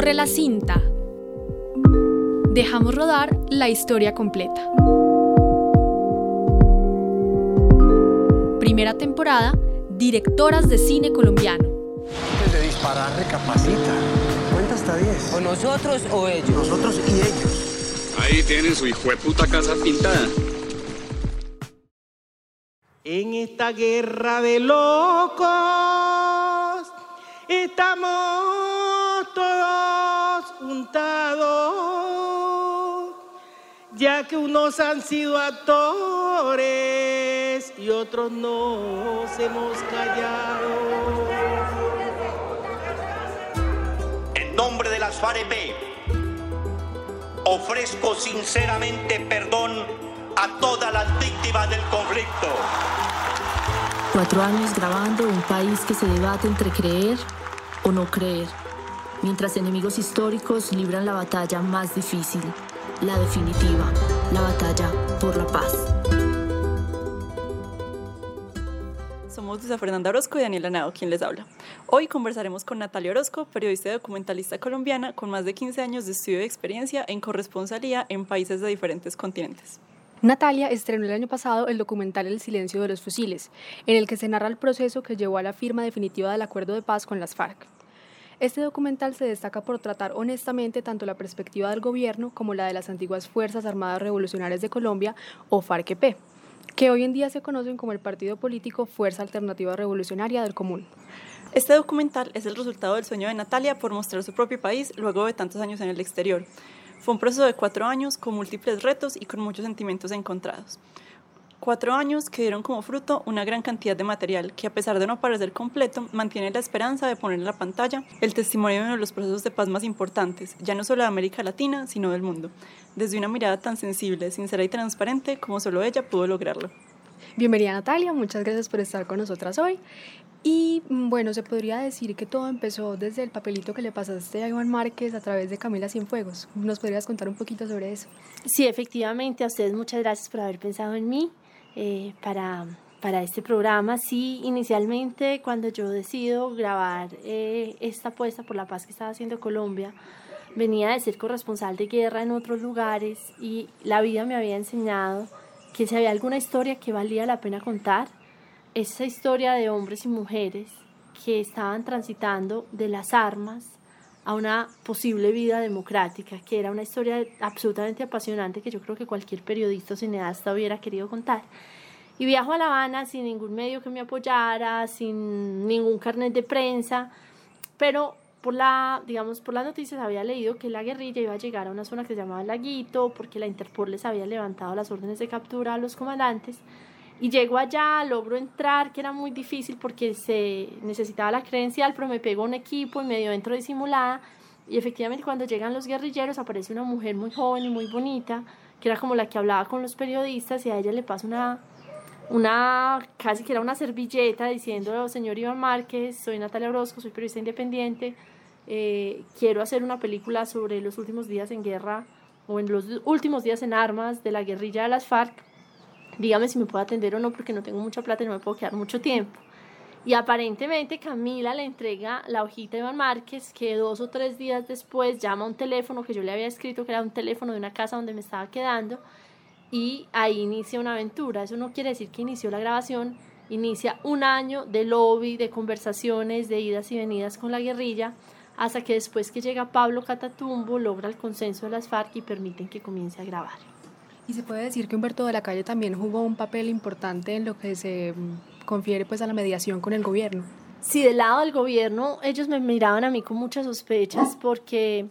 Corre la cinta. Dejamos rodar la historia completa. Primera temporada, directoras de cine colombiano. Antes de disparar, recapacita. Cuenta hasta 10. ¿O nosotros o ellos? Nosotros y ellos. Ahí tienen su hijueputa casa pintada. En esta guerra de locos estamos todos juntados, ya que unos han sido actores y otros nos hemos callado. En nombre de las FAREP, ofrezco sinceramente perdón a todas las víctimas del conflicto. 4 años grabando un país que se debate entre creer o no creer, mientras enemigos históricos libran la batalla más difícil, la definitiva, la batalla por la paz. Somos Luisa Fernanda Orozco y Daniela Nao, quien les habla. Hoy conversaremos con Natalia Orozco, periodista y documentalista colombiana con más de 15 años de estudio y experiencia en corresponsalía en países de diferentes continentes. Natalia estrenó el año pasado el documental El silencio de los fusiles, en el que se narra el proceso que llevó a la firma definitiva del acuerdo de paz con las FARC. Este documental se destaca por tratar honestamente tanto la perspectiva del gobierno como la de las antiguas Fuerzas Armadas Revolucionarias de Colombia, o FARC-EP, que hoy en día se conocen como el partido político Fuerza Alternativa Revolucionaria del Común. Este documental es el resultado del sueño de Natalia por mostrar su propio país luego de tantos años en el exterior. Fue un proceso de 4 años con múltiples retos y con muchos sentimientos encontrados. 4 años que dieron como fruto una gran cantidad de material que, a pesar de no parecer completo, mantiene la esperanza de poner en la pantalla el testimonio de uno de los procesos de paz más importantes, ya no solo de América Latina, sino del mundo, desde una mirada tan sensible, sincera y transparente como solo ella pudo lograrlo. Bienvenida, Natalia, muchas gracias por estar con nosotras hoy. Y bueno, se podría decir que todo empezó desde el papelito que le pasaste a Iván Márquez a través de Camila Cienfuegos. ¿Nos podrías contar un poquito sobre eso? Sí, efectivamente, a ustedes muchas gracias por haber pensado en mí para este programa. Sí, inicialmente cuando yo decido grabar esta apuesta por la paz que estaba haciendo Colombia, venía de ser corresponsal de guerra en otros lugares y la vida me había enseñado que si había alguna historia que valía la pena contar, esa historia de hombres y mujeres que estaban transitando de las armas a una posible vida democrática, que era una historia absolutamente apasionante que yo creo que cualquier periodista o cineasta hubiera querido contar. Y viajo a La Habana sin ningún medio que me apoyara, sin ningún carnet de prensa, pero por las noticias había leído que la guerrilla iba a llegar a una zona que se llamaba Laguito, porque la Interpol les había levantado las órdenes de captura a los comandantes. Y llego allá, logro entrar, que era muy difícil porque se necesitaba la credencial, pero me pegó un equipo y medio entro disimulada. Y efectivamente cuando llegan los guerrilleros aparece una mujer muy joven y muy bonita, que era como la que hablaba con los periodistas, y a ella le pasa una casi que era una servilleta diciendo: señor Iván Márquez, soy Natalia Orozco, soy periodista independiente, quiero hacer una película sobre los últimos días en guerra o en los últimos días en armas de la guerrilla de las FARC. Dígame si me puedo atender o no, porque no tengo mucha plata y no me puedo quedar mucho tiempo. Y aparentemente Camila le entrega la hojita a Iván Márquez, que 2 o 3 días después llama a un teléfono que yo le había escrito, que era un teléfono de una casa donde me estaba quedando, y ahí inicia una aventura. Eso no quiere decir que inició la grabación, inicia un año de lobby, de conversaciones, de idas y venidas con la guerrilla, hasta que después que llega Pablo Catatumbo logra el consenso de las FARC y permiten que comience a grabar. Y se puede decir que Humberto de la Calle también jugó un papel importante en lo que se confiere pues a la mediación con el gobierno. Sí, del lado del gobierno ellos me miraban a mí con muchas sospechas porque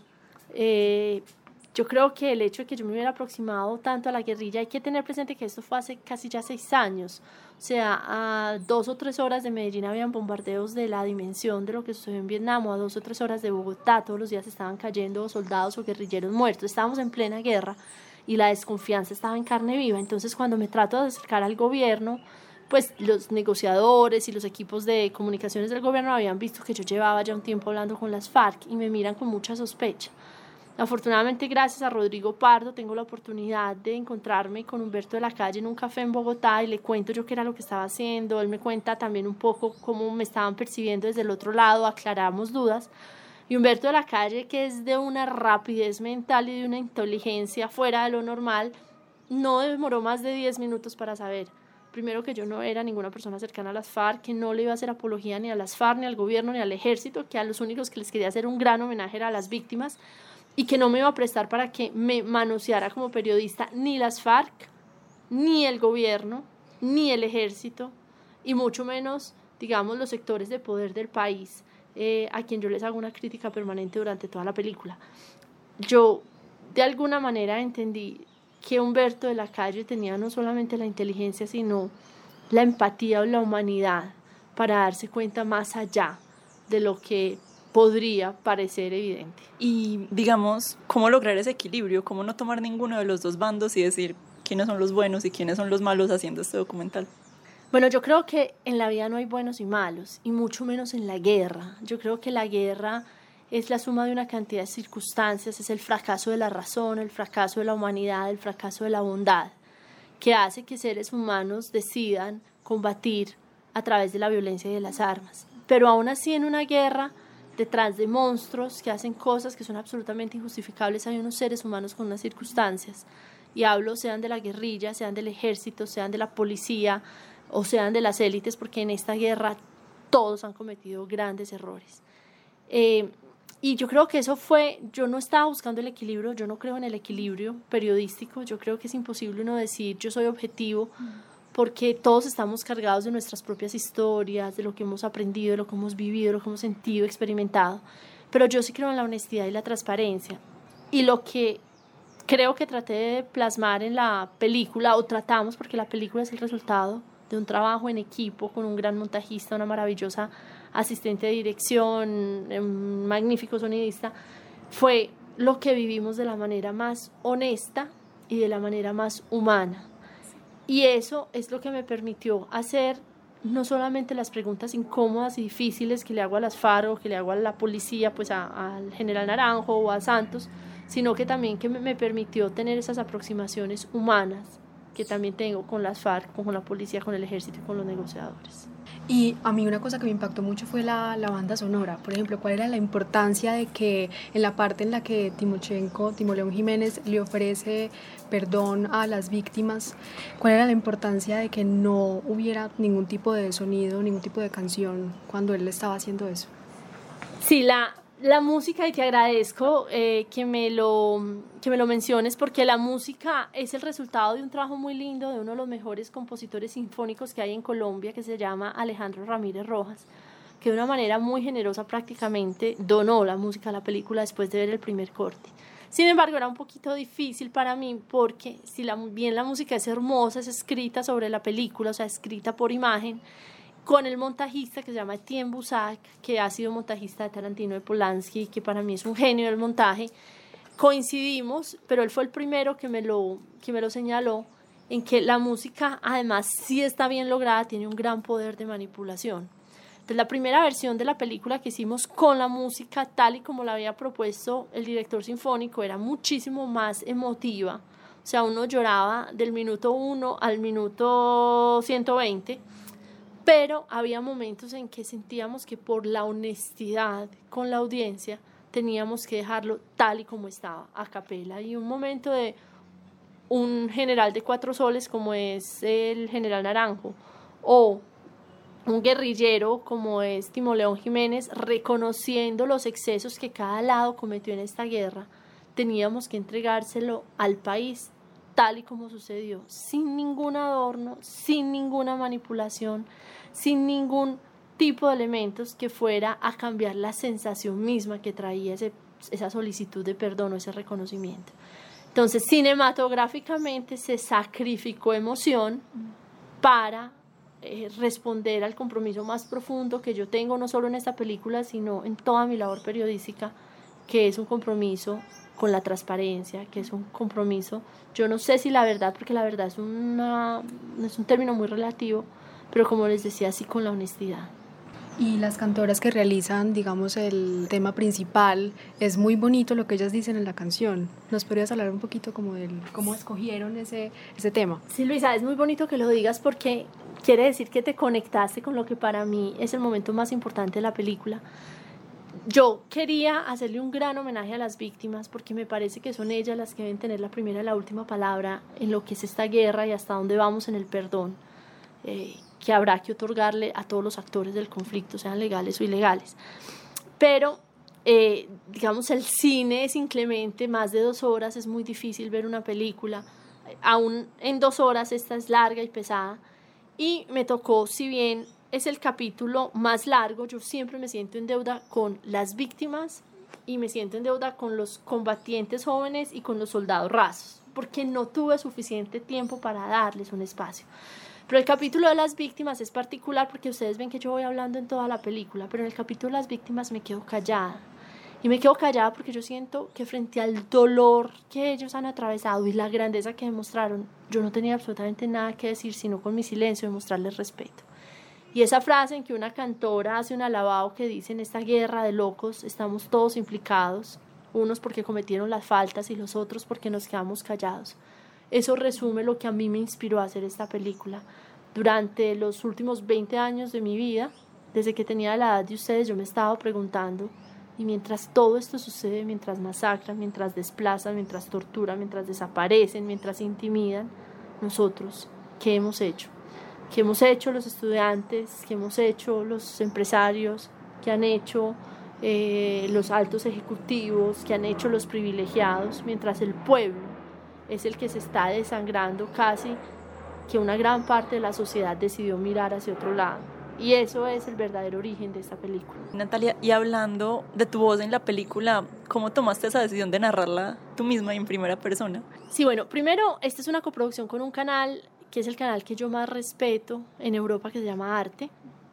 yo creo que el hecho de que yo me hubiera aproximado tanto a la guerrilla, hay que tener presente que esto fue hace casi ya 6 años. O sea, a 2 o 3 horas de Medellín habían bombardeos de la dimensión de lo que sucedió en Vietnam, o a 2 o 3 horas de Bogotá todos los días estaban cayendo soldados o guerrilleros muertos. Estábamos en plena guerra y la desconfianza estaba en carne viva. Entonces cuando me trato de acercar al gobierno, pues los negociadores y los equipos de comunicaciones del gobierno habían visto que yo llevaba ya un tiempo hablando con las FARC y me miran con mucha sospecha. Afortunadamente, gracias a Rodrigo Pardo, tengo la oportunidad de encontrarme con Humberto de la Calle en un café en Bogotá y le cuento yo qué era lo que estaba haciendo. Él me cuenta también un poco cómo me estaban percibiendo desde el otro lado, aclaramos dudas. Y Humberto de la Calle, que es de una rapidez mental y de una inteligencia fuera de lo normal, no demoró más de 10 minutos para saber, primero, que yo no era ninguna persona cercana a las FARC, que no le iba a hacer apología ni a las FARC, ni al gobierno, ni al ejército, que a los únicos que les quería hacer un gran homenaje era a las víctimas, y que no me iba a prestar para que me manoseara como periodista ni las FARC, ni el gobierno, ni el ejército, y mucho menos, digamos, los sectores de poder del país, a quien yo les hago una crítica permanente durante toda la película. Yo, de alguna manera, entendí que Humberto de la Calle tenía no solamente la inteligencia, sino la empatía o la humanidad para darse cuenta más allá de lo que podría parecer evidente. Y, digamos, ¿cómo lograr ese equilibrio? ¿Cómo no tomar ninguno de los dos bandos y decir quiénes son los buenos y quiénes son los malos haciendo este documental? Bueno, yo creo que en la vida no hay buenos y malos, y mucho menos en la guerra. Yo creo que la guerra es la suma de una cantidad de circunstancias, es el fracaso de la razón, el fracaso de la humanidad, el fracaso de la bondad, que hace que seres humanos decidan combatir a través de la violencia y de las armas. Pero aún así, en una guerra, detrás de monstruos que hacen cosas que son absolutamente injustificables, hay unos seres humanos con unas circunstancias. Y hablo sean de la guerrilla, sean del ejército, sean de la policía, o sean de las élites, porque en esta guerra todos han cometido grandes errores. Y yo creo que eso fue, yo no estaba buscando el equilibrio, yo no creo en el equilibrio periodístico, yo creo que es imposible uno decir yo soy objetivo, porque todos estamos cargados de nuestras propias historias, de lo que hemos aprendido, de lo que hemos vivido, de lo que hemos sentido, experimentado, pero yo sí creo en la honestidad y la transparencia, y lo que creo que traté de plasmar en la película, o tratamos, porque la película es el resultado de un trabajo en equipo con un gran montajista, una maravillosa asistente de dirección, un magnífico sonidista, fue lo que vivimos de la manera más honesta y de la manera más humana. Y eso es lo que me permitió hacer no solamente las preguntas incómodas y difíciles que le hago a las FARC o que le hago a la policía, pues al general Naranjo o a Santos, sino que también que me permitió tener esas aproximaciones humanas que también tengo con las FARC, con la policía, con el ejército y con los negociadores. Y a mí una cosa que me impactó mucho fue la banda sonora. Por ejemplo, ¿cuál era la importancia de que en la parte en la que Timoleón Jiménez le ofrece perdón a las víctimas, cuál era la importancia de que no hubiera ningún tipo de sonido, ningún tipo de canción cuando él estaba haciendo eso? Sí, la música, y te agradezco que me lo menciones, porque la música es el resultado de un trabajo muy lindo de uno de los mejores compositores sinfónicos que hay en Colombia, que se llama Alejandro Ramírez Rojas, que de una manera muy generosa prácticamente donó la música a la película después de ver el primer corte. Sin embargo, era un poquito difícil para mí porque si bien la música es hermosa, es escrita sobre la película, o sea, escrita por imagen, con el montajista que se llama Etienne Bussac, que ha sido montajista de Tarantino, de Polanski, que para mí es un genio del montaje, coincidimos, pero él fue el primero que me lo señaló, en que la música, además, sí está bien lograda, tiene un gran poder de manipulación. Entonces, la primera versión de la película que hicimos con la música, tal y como la había propuesto el director sinfónico, era muchísimo más emotiva. O sea, uno lloraba del minuto 1 al minuto 120, pero había momentos en que sentíamos que por la honestidad con la audiencia teníamos que dejarlo tal y como estaba, a capela. Y un momento de un general de 4 soles como es el general Naranjo, o un guerrillero como es Timoleón Jiménez, reconociendo los excesos que cada lado cometió en esta guerra, teníamos que entregárselo al país tal y como sucedió, sin ningún adorno, sin ninguna manipulación, sin ningún tipo de elementos que fuera a cambiar la sensación misma que traía esa solicitud de perdón o ese reconocimiento. Entonces, cinematográficamente se sacrificó emoción para responder al compromiso más profundo que yo tengo, no solo en esta película, sino en toda mi labor periodística, que es un compromiso con la transparencia, que es un compromiso, yo no sé si la verdad, porque la verdad es un término muy relativo, pero como les decía, sí, con la honestidad. Y las cantoras que realizan, digamos, el tema principal, es muy bonito lo que ellas dicen en la canción. ¿Nos podrías hablar un poquito como de cómo escogieron ese tema? Sí, Luisa, es muy bonito que lo digas porque quiere decir que te conectaste con lo que para mí es el momento más importante de la película. yo quería hacerle un gran homenaje a las víctimas porque me parece que son ellas las que deben tener la primera y la última palabra en lo que es esta guerra y hasta dónde vamos en el perdón que habrá que otorgarle a todos los actores del conflicto, sean legales o ilegales. Pero, digamos, el cine es inclemente, más de 2 horas, es muy difícil ver una película. Aún en 2 horas esta es larga y pesada. Y me tocó, si bien es el capítulo más largo, yo siempre me siento en deuda con las víctimas y me siento en deuda con los combatientes jóvenes y con los soldados rasos, porque no tuve suficiente tiempo para darles un espacio. Pero el capítulo de las víctimas es particular porque ustedes ven que yo voy hablando en toda la película, pero en el capítulo de las víctimas me quedo callada. Y me quedo callada porque yo siento que frente al dolor que ellos han atravesado y la grandeza que demostraron, yo no tenía absolutamente nada que decir, sino con mi silencio demostrarles respeto. Y esa frase en que una cantora hace un alabao que dice: en esta guerra de locos estamos todos implicados, unos porque cometieron las faltas y los otros porque nos quedamos callados. Eso resume lo que a mí me inspiró a hacer esta película. Durante los últimos 20 años de mi vida, desde que tenía la edad de ustedes, yo me estaba preguntando, y mientras todo esto sucede, mientras masacran, mientras desplazan, mientras torturan, mientras desaparecen, mientras intimidan, nosotros, ¿qué hemos hecho? ¿Qué hemos hecho los estudiantes? ¿Qué hemos hecho los empresarios? ¿Qué han hecho los altos ejecutivos? ¿Qué han hecho los privilegiados? Mientras el pueblo es el que se está desangrando, casi que una gran parte de la sociedad decidió mirar hacia otro lado. Y eso es el verdadero origen de esta película. Natalia, y hablando de tu voz en la película, ¿cómo tomaste esa decisión de narrarla tú misma y en primera persona? Sí, bueno, primero, esta es una coproducción con un canal que es el canal que yo más respeto en Europa, que se llama Arte,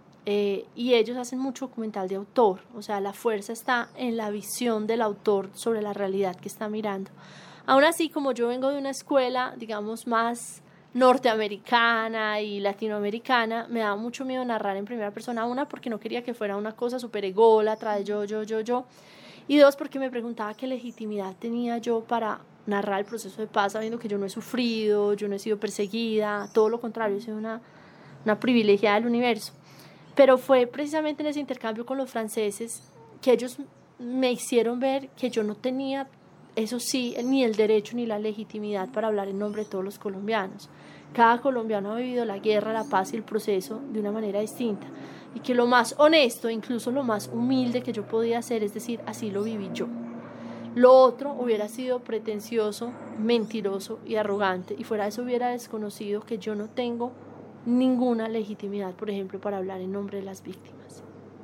y ellos hacen mucho documental de autor, o sea, la fuerza está en la visión del autor sobre la realidad que está mirando. Aún así, como yo vengo de una escuela, digamos, más norteamericana y latinoamericana, me daba mucho miedo narrar en primera persona, una, porque no quería que fuera una cosa súper ególatra de yo, y dos, porque me preguntaba qué legitimidad tenía yo para narrar el proceso de paz, sabiendo que yo no he sufrido, yo no he sido perseguida, todo lo contrario, he sido una privilegiada del universo. Pero fue precisamente en ese intercambio con los franceses que ellos me hicieron ver que yo no tenía, eso sí, ni el derecho ni la legitimidad para hablar en nombre de todos los colombianos. Cada colombiano ha vivido la guerra, la paz y el proceso de una manera distinta, y que lo más honesto, incluso lo más humilde que yo podía hacer, es decir, así lo viví yo. Lo otro hubiera sido pretencioso, mentiroso y arrogante, y fuera de eso hubiera desconocido que yo no tengo ninguna legitimidad, por ejemplo, para hablar en nombre de las víctimas.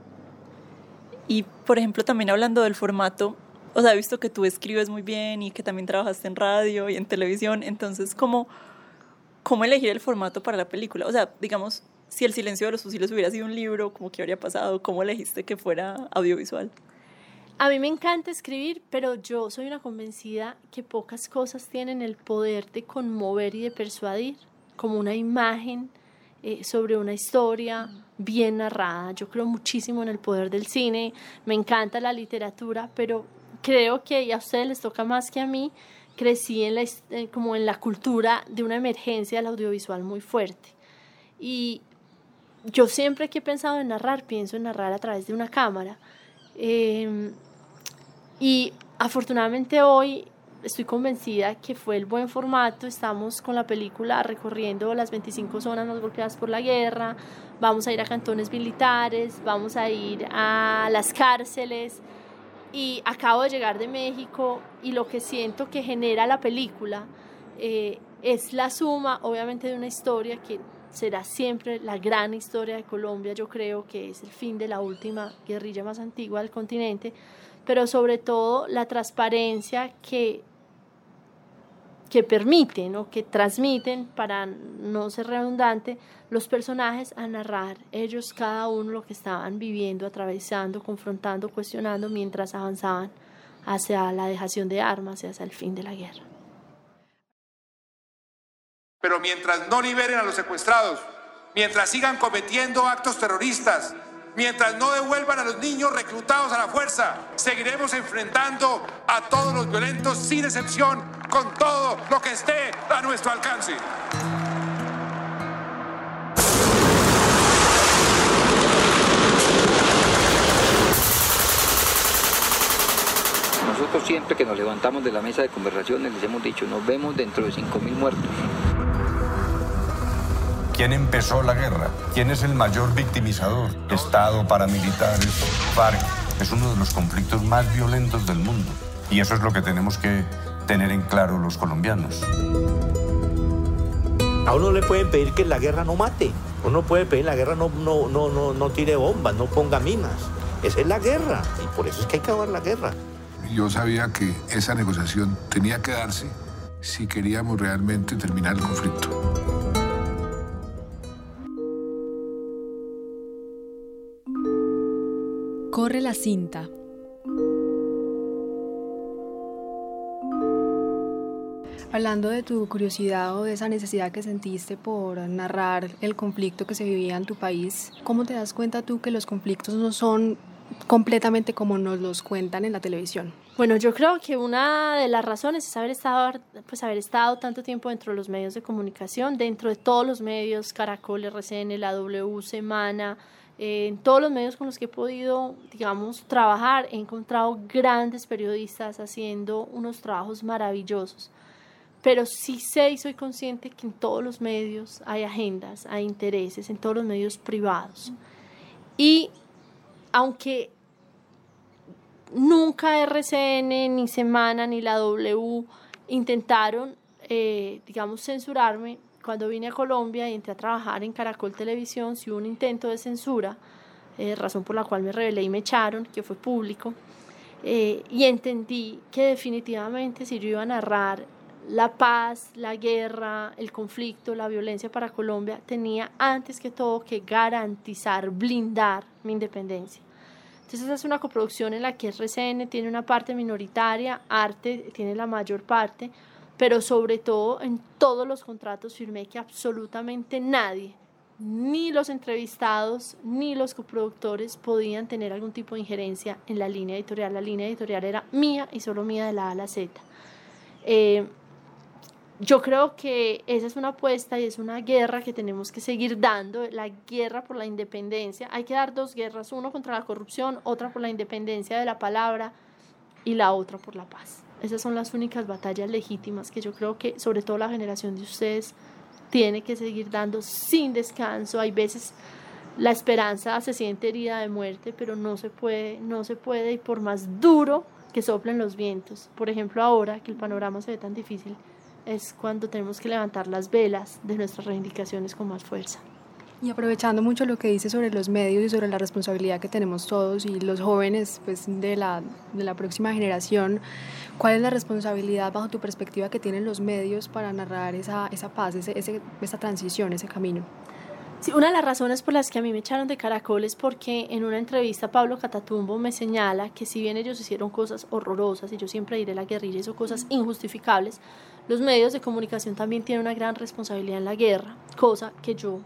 Y, por ejemplo, también hablando del formato, o sea, he visto que tú escribes muy bien y que también trabajaste en radio y en televisión, entonces, ¿cómo elegir el formato para la película? O sea, digamos, si El silencio de los fusiles hubiera sido un libro, ¿cómo que habría pasado? ¿Cómo elegiste que fuera audiovisual? A mí me encanta escribir, pero yo soy una convencida que pocas cosas tienen el poder de conmover y de persuadir, como una imagen sobre una historia bien narrada. Yo creo muchísimo en el poder del cine, me encanta la literatura, pero creo que a ustedes les toca más que a mí. Crecí como en la cultura de una emergencia del audiovisual muy fuerte. Y yo siempre que he pensado en narrar, pienso en narrar a través de una cámara. Y afortunadamente hoy estoy convencida que fue el buen formato. Estamos con la película recorriendo las 25 zonas más golpeadas por la guerra, vamos a ir a cantones militares, vamos a ir a las cárceles, y acabo de llegar de México, y lo que siento que genera la película es la suma, obviamente, de una historia que será siempre la gran historia de Colombia. Yo creo que es el fin de la última guerrilla más antigua del continente, pero sobre todo la transparencia que permiten, ¿no?, que transmiten, para no ser redundante, los personajes a narrar ellos cada uno lo que estaban viviendo, atravesando, confrontando, cuestionando mientras avanzaban hacia la dejación de armas y hacia el fin de la guerra. Pero mientras no liberen a los secuestrados, mientras sigan cometiendo actos terroristas, mientras no devuelvan a los niños reclutados a la fuerza, seguiremos enfrentando a todos los violentos sin excepción, con todo lo que esté a nuestro alcance. siempre que nos levantamos de la mesa de conversaciones les hemos dicho, nos vemos dentro de 5.000 muertos. ¿Quién empezó la guerra? ¿Quién es el mayor victimizador? Estado, paramilitares, FARC. Es uno de los conflictos más violentos del mundo. Y eso es lo que tenemos que tener en claro los colombianos. A uno le pueden pedir que la guerra no mate. Uno puede pedir que la guerra no tire bombas, no ponga minas. Esa es la guerra. Y por eso es que hay que acabar la guerra. Yo sabía que esa negociación tenía que darse si queríamos realmente terminar el conflicto. Corre la cinta. Hablando de tu curiosidad o de esa necesidad que sentiste por narrar el conflicto que se vivía en tu país, ¿cómo te das cuenta tú que los conflictos no son completamente como nos los cuentan en la televisión? Bueno, yo creo que una de las razones es haber estado tanto tiempo dentro de los medios de comunicación, dentro de todos los medios, Caracol, RCN, la W, Semana. En todos los medios con los que he podido, digamos, trabajar, he encontrado grandes periodistas haciendo unos trabajos maravillosos. Pero sí sé y soy consciente que en todos los medios hay agendas, hay intereses, en todos los medios privados. Y aunque nunca RCN, ni Semana, ni la W intentaron, digamos, censurarme, cuando vine a Colombia y entré a trabajar en Caracol Televisión, sí hubo un intento de censura, razón por la cual me rebelé y me echaron, que fue público, y entendí que definitivamente si yo iba a narrar la paz, la guerra, el conflicto, la violencia para Colombia, tenía antes que todo que garantizar, blindar mi independencia. Entonces esa es una coproducción en la que RCN tiene una parte minoritaria, Arte tiene la mayor parte, pero sobre todo en todos los contratos firmé que absolutamente nadie, ni los entrevistados, ni los coproductores podían tener algún tipo de injerencia en la línea editorial. La línea editorial era mía y solo mía de la A a la Z. Yo creo que esa es una apuesta y es una guerra que tenemos que seguir dando, la guerra por la independencia. Hay que dar dos guerras, una contra la corrupción, otra por la independencia de la palabra y la otra por la paz. Esas son las únicas batallas legítimas que yo creo que sobre todo la generación de ustedes tiene que seguir dando sin descanso. Hay veces la esperanza se siente herida de muerte, pero no se puede y por más duro que soplen los vientos. Por ejemplo, ahora que el panorama se ve tan difícil, es cuando tenemos que levantar las velas de nuestras reivindicaciones con más fuerza. Y aprovechando mucho lo que dice sobre los medios y sobre la responsabilidad que tenemos todos y los jóvenes pues, de la próxima generación, ¿cuál es la responsabilidad bajo tu perspectiva que tienen los medios para narrar esa paz, esa transición, ese camino? Sí, una de las razones por las que a mí me echaron de Caracol es porque en una entrevista Pablo Catatumbo me señala que si bien ellos hicieron cosas horrorosas, y yo siempre diré la guerrilla hizo cosas injustificables, los medios de comunicación también tienen una gran responsabilidad en la guerra, cosa que yo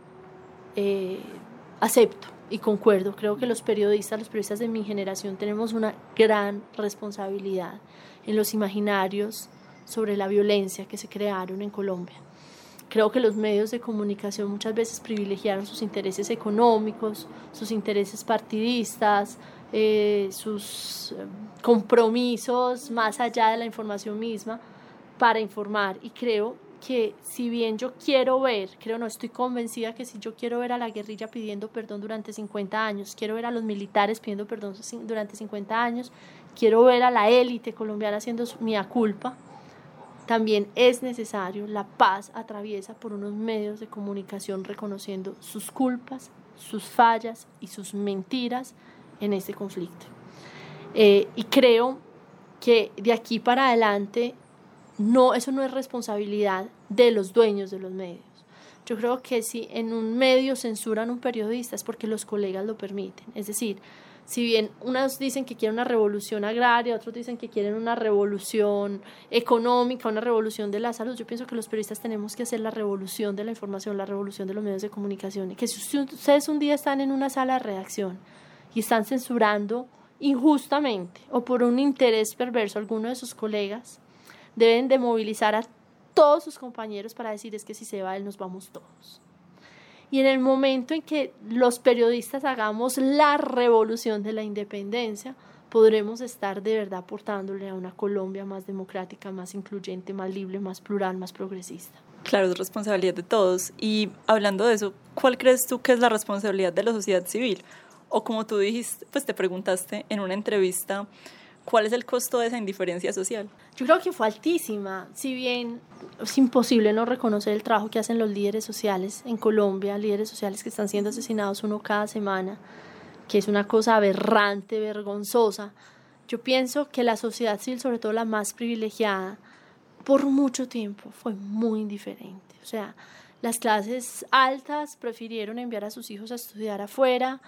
acepto y concuerdo. Creo que los periodistas de mi generación tenemos una gran responsabilidad en los imaginarios sobre la violencia que se crearon en Colombia. Creo que los medios de comunicación muchas veces privilegiaron sus intereses económicos, sus intereses partidistas, sus compromisos más allá de la información misma para informar. Y creo que si bien yo estoy convencida que si yo quiero ver a la guerrilla pidiendo perdón durante 50 años, quiero ver a los militares pidiendo perdón durante 50 años, quiero ver a la élite colombiana haciendo mea culpa, también es necesario, la paz atraviesa por unos medios de comunicación reconociendo sus culpas, sus fallas y sus mentiras en este conflicto. Y creo que de aquí para adelante eso no es responsabilidad de los dueños de los medios. Yo creo que si en un medio censuran a un periodista es porque los colegas lo permiten. Es decir, si bien unos dicen que quieren una revolución agraria, otros dicen que quieren una revolución económica, una revolución de la salud, yo pienso que los periodistas tenemos que hacer la revolución de la información, la revolución de los medios de comunicación. Que si ustedes un día están en una sala de redacción y están censurando injustamente o por un interés perverso a alguno de sus colegas, deben de movilizar a todos sus compañeros para decir es que si se va él nos vamos todos. Y en el momento en que los periodistas hagamos la revolución de la independencia, podremos estar de verdad aportándole a una Colombia más democrática, más incluyente, más libre, más plural, más progresista. Claro, es responsabilidad de todos. Y hablando de eso, ¿cuál crees tú que es la responsabilidad de la sociedad civil? O como tú dijiste, pues te preguntaste en una entrevista, ¿cuál es el costo de esa indiferencia social? Yo creo que fue altísima. Si bien es imposible no reconocer el trabajo que hacen los líderes sociales en Colombia, líderes sociales que están siendo asesinados uno cada semana, que es una cosa aberrante, vergonzosa, yo pienso que la sociedad civil, sobre todo la más privilegiada, por mucho tiempo fue muy indiferente. O sea, las clases altas prefirieron enviar a sus hijos a estudiar afuera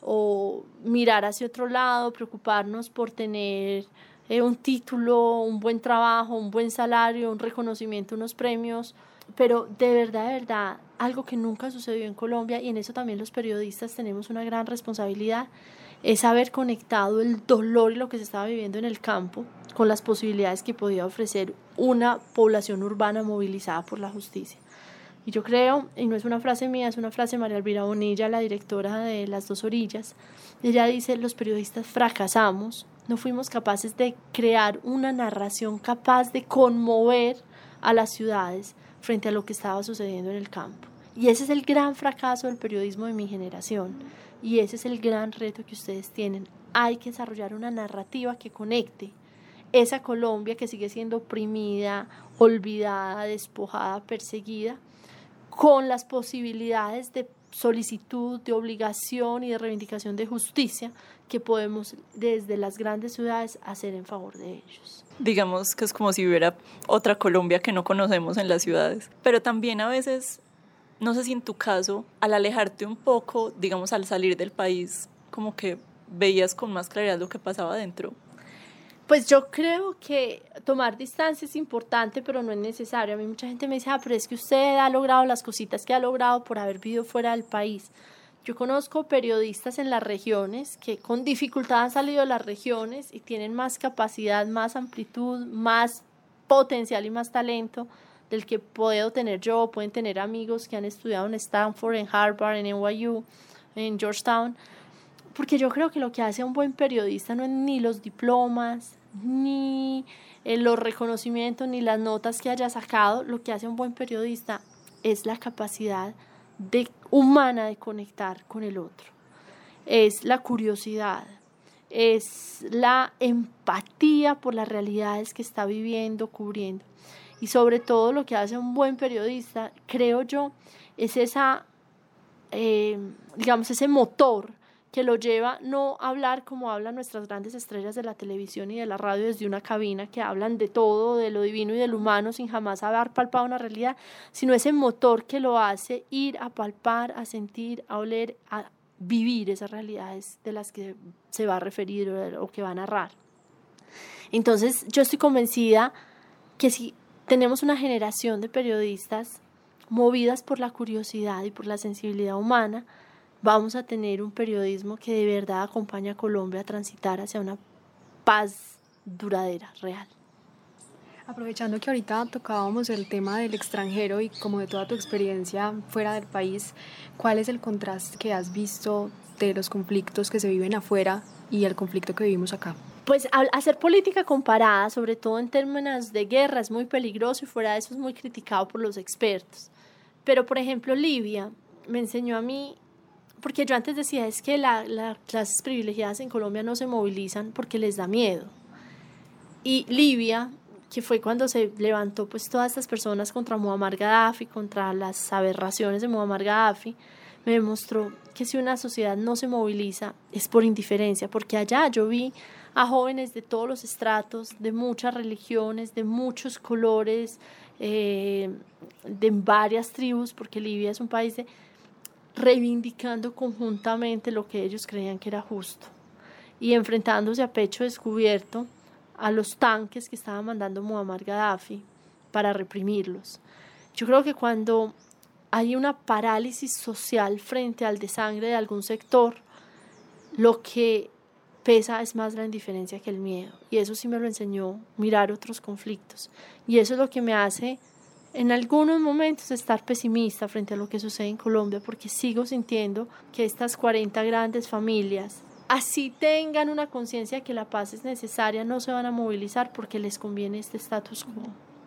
o mirar hacia otro lado, preocuparnos por tener un título, un buen trabajo, un buen salario, un reconocimiento, unos premios, pero de verdad, algo que nunca sucedió en Colombia, y en eso también los periodistas tenemos una gran responsabilidad, es haber conectado el dolor y lo que se estaba viviendo en el campo con las posibilidades que podía ofrecer una población urbana movilizada por la justicia. Y yo creo, y no es una frase mía, es una frase de María Elvira Bonilla, la directora de Las Dos Orillas. Ella dice: los periodistas fracasamos, no fuimos capaces de crear una narración capaz de conmover a las ciudades frente a lo que estaba sucediendo en el campo. Y ese es el gran fracaso del periodismo de mi generación, y ese es el gran reto que ustedes tienen. Hay que desarrollar una narrativa que conecte esa Colombia que sigue siendo oprimida, olvidada, despojada, perseguida, con las posibilidades de solicitud, de obligación y de reivindicación de justicia que podemos desde las grandes ciudades hacer en favor de ellos. Digamos que es como si hubiera otra Colombia que no conocemos en las ciudades, pero también a veces, no sé si en tu caso, al alejarte un poco, digamos al salir del país, como que veías con más claridad lo que pasaba adentro. Pues yo creo que tomar distancia es importante, pero no es necesario. A mí mucha gente me dice: pero es que usted ha logrado las cositas que ha logrado por haber vivido fuera del país. Yo conozco periodistas en las regiones que con dificultad han salido de las regiones y tienen más capacidad, más amplitud, más potencial y más talento del que puedo tener yo. Pueden tener amigos que han estudiado en Stanford, en Harvard, en NYU, en Georgetown. Porque yo creo que lo que hace a un buen periodista no es ni los diplomas, ni los reconocimientos, ni las notas que haya sacado. Lo que hace a un buen periodista es la capacidad humana de conectar con el otro. Es la curiosidad, es la empatía por las realidades que está viviendo, cubriendo. Y sobre todo lo que hace a un buen periodista, creo yo, es ese motor que lo lleva no a hablar como hablan nuestras grandes estrellas de la televisión y de la radio desde una cabina, que hablan de todo, de lo divino y de lo humano sin jamás haber palpado una realidad, sino ese motor que lo hace ir a palpar, a sentir, a oler, a vivir esas realidades de las que se va a referir o que va a narrar. Entonces yo estoy convencida que si tenemos una generación de periodistas movidas por la curiosidad y por la sensibilidad humana, vamos a tener un periodismo que de verdad acompaña a Colombia a transitar hacia una paz duradera, real. Aprovechando que ahorita tocábamos el tema del extranjero y como de toda tu experiencia fuera del país, ¿cuál es el contraste que has visto de los conflictos que se viven afuera y el conflicto que vivimos acá? Pues hacer política comparada, sobre todo en términos de guerra, es muy peligroso y fuera de eso es muy criticado por los expertos. Pero, por ejemplo, Libia me enseñó a mí, porque yo antes decía, es que las clases privilegiadas en Colombia no se movilizan porque les da miedo. Y Libia, que fue cuando se levantó pues todas estas personas contra Muammar Gaddafi, contra las aberraciones de Muammar Gaddafi, me demostró que si una sociedad no se moviliza es por indiferencia, porque allá yo vi a jóvenes de todos los estratos, de muchas religiones, de muchos colores, de varias tribus, porque Libia es un país reivindicando conjuntamente lo que ellos creían que era justo y enfrentándose a pecho descubierto a los tanques que estaba mandando Muammar Gaddafi para reprimirlos. Yo creo que cuando hay una parálisis social frente al desangre de algún sector, lo que pesa es más la indiferencia que el miedo, y eso sí me lo enseñó mirar otros conflictos, y eso es lo que me hace en algunos momentos estar pesimista frente a lo que sucede en Colombia, porque sigo sintiendo que estas 40 grandes familias así tengan una conciencia de que la paz es necesaria, no se van a movilizar porque les conviene este status quo.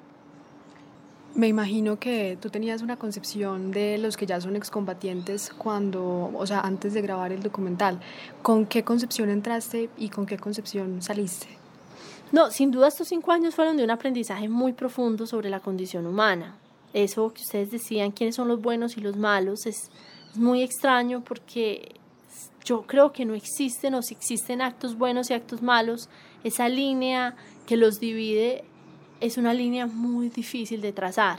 Me imagino que tú tenías una concepción de los que ya son excombatientes antes de grabar el documental. ¿Con qué concepción entraste y con qué concepción saliste? No, sin duda estos 5 años fueron de un aprendizaje muy profundo sobre la condición humana. Eso que ustedes decían, quiénes son los buenos y los malos, es muy extraño porque yo creo que no existen, o si existen actos buenos y actos malos, esa línea que los divide es una línea muy difícil de trazar.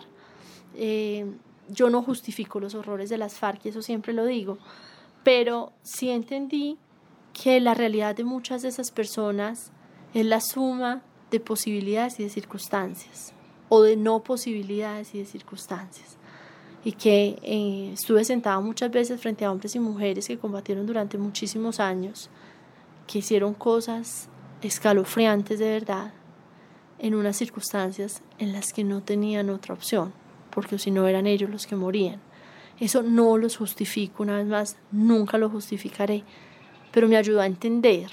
Yo no justifico los horrores de las FARC, y eso siempre lo digo, pero sí entendí que la realidad de muchas de esas personas es la suma de posibilidades y de circunstancias, o de no posibilidades y de circunstancias. Y que estuve sentada muchas veces frente a hombres y mujeres que combatieron durante muchísimos años, que hicieron cosas escalofriantes de verdad, en unas circunstancias en las que no tenían otra opción, porque si no eran ellos los que morían. Eso no los justifico, una vez más, nunca lo justificaré, pero me ayudó a entender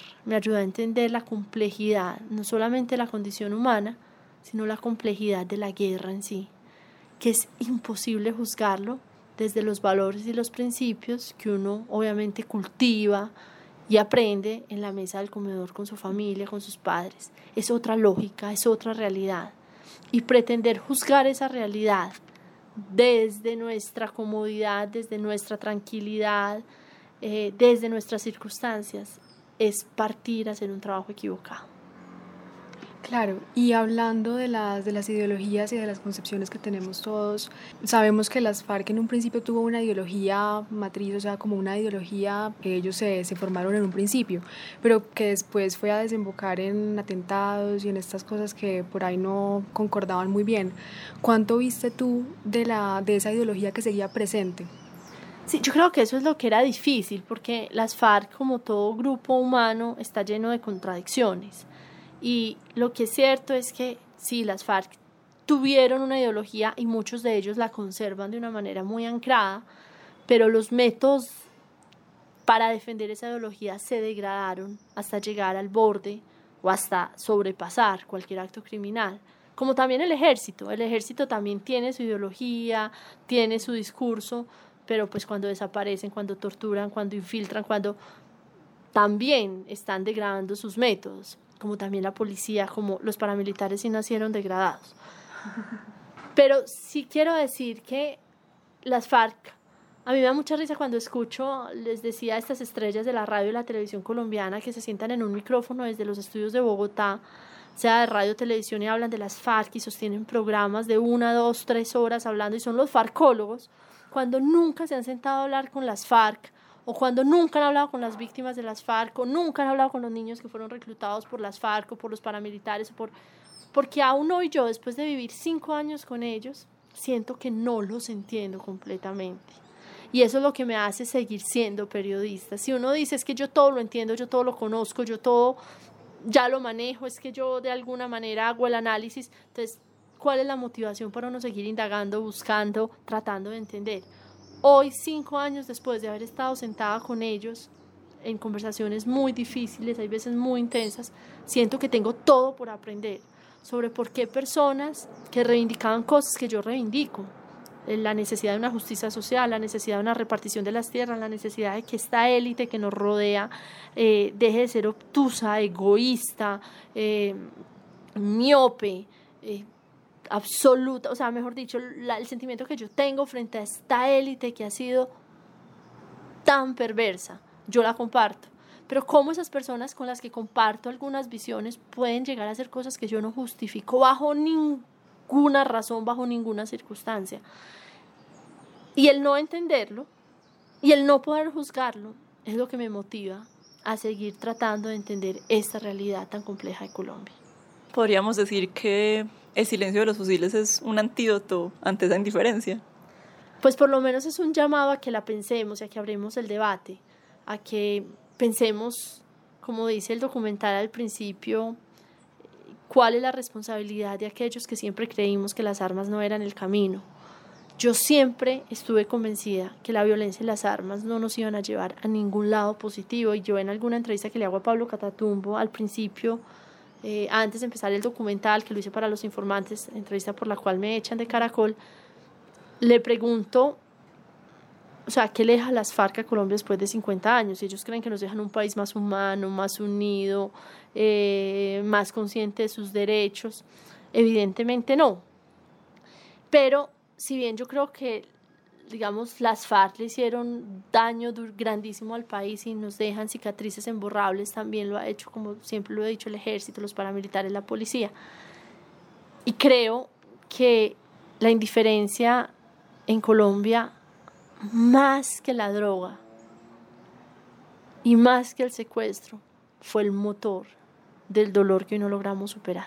la complejidad, no solamente de la condición humana, sino la complejidad de la guerra en sí, que es imposible juzgarlo desde los valores y los principios que uno obviamente cultiva y aprende en la mesa del comedor con su familia, con sus padres. Es otra lógica, es otra realidad. Y pretender juzgar esa realidad desde nuestra comodidad, desde nuestra tranquilidad, desde nuestras circunstancias, es partir a hacer un trabajo equivocado. Claro, y hablando de las ideologías y de las concepciones que tenemos todos, sabemos que las FARC en un principio tuvo una ideología matriz, o sea, como una ideología que ellos se formaron en un principio, pero que después fue a desembocar en atentados y en estas cosas que por ahí no concordaban muy bien. ¿Cuánto viste tú de esa ideología que seguía presente? Sí, yo creo que eso es lo que era difícil, porque las FARC, como todo grupo humano, está lleno de contradicciones. Y lo que es cierto es que sí, las FARC tuvieron una ideología y muchos de ellos la conservan de una manera muy anclada, pero los métodos para defender esa ideología se degradaron hasta llegar al borde o hasta sobrepasar cualquier acto criminal. Como también el ejército también tiene su ideología, tiene su discurso, pero pues cuando desaparecen, cuando torturan, cuando infiltran, cuando también están degradando sus métodos, como también la policía, como los paramilitares sí nacieron degradados. Pero sí quiero decir que las FARC, a mí me da mucha risa cuando escucho, les decía, a estas estrellas de la radio y la televisión colombiana que se sientan en un micrófono desde los estudios de Bogotá, sea de radio o televisión, y hablan de las FARC y sostienen programas de 1, 2, 3 horas hablando, y son los farcólogos, cuando nunca se han sentado a hablar con las FARC, o cuando nunca han hablado con las víctimas de las FARC, o nunca han hablado con los niños que fueron reclutados por las FARC o por los paramilitares, porque aún hoy yo, después de vivir 5 años con ellos, siento que no los entiendo completamente. Y eso es lo que me hace seguir siendo periodista. Si uno dice, es que yo todo lo entiendo, yo todo lo conozco, yo todo ya lo manejo, es que yo de alguna manera hago el análisis, entonces, ¿cuál es la motivación para uno seguir indagando, buscando, tratando de entender? Hoy, 5 años después de haber estado sentada con ellos en conversaciones muy difíciles, hay veces muy intensas, siento que tengo todo por aprender sobre por qué personas que reivindicaban cosas que yo reivindico, la necesidad de una justicia social, la necesidad de una repartición de las tierras, la necesidad de que esta élite que nos rodea deje de ser obtusa, egoísta, miope, absoluta, o sea, mejor dicho, el sentimiento que yo tengo frente a esta élite que ha sido tan perversa, yo la comparto, pero cómo esas personas con las que comparto algunas visiones pueden llegar a hacer cosas que yo no justifico bajo ninguna razón, bajo ninguna circunstancia, y el no entenderlo y el no poder juzgarlo es lo que me motiva a seguir tratando de entender esta realidad tan compleja de Colombia. Podríamos decir que el silencio de los fusiles es un antídoto ante esa indiferencia. Pues por lo menos es un llamado a que la pensemos y a que abramos el debate, a que pensemos, como dice el documental al principio, cuál es la responsabilidad de aquellos que siempre creímos que las armas no eran el camino. Yo siempre estuve convencida que la violencia y las armas no nos iban a llevar a ningún lado positivo, y yo en alguna entrevista que le hago a Pablo Catatumbo al principio, antes de empezar el documental que lo hice para Los Informantes, entrevista por la cual me echan de Caracol, le pregunto, o sea, ¿qué le deja a las FARC a Colombia después de 50 años? Ellos creen que nos dejan un país más humano, más unido, más consciente de sus derechos. Evidentemente no. Pero si bien yo creo que, digamos, las FARC le hicieron daño grandísimo al país y nos dejan cicatrices imborrables, también lo ha hecho, como siempre lo he dicho, el ejército, los paramilitares, la policía. Y creo que la indiferencia en Colombia, más que la droga y más que el secuestro, fue el motor del dolor que hoy no logramos superar.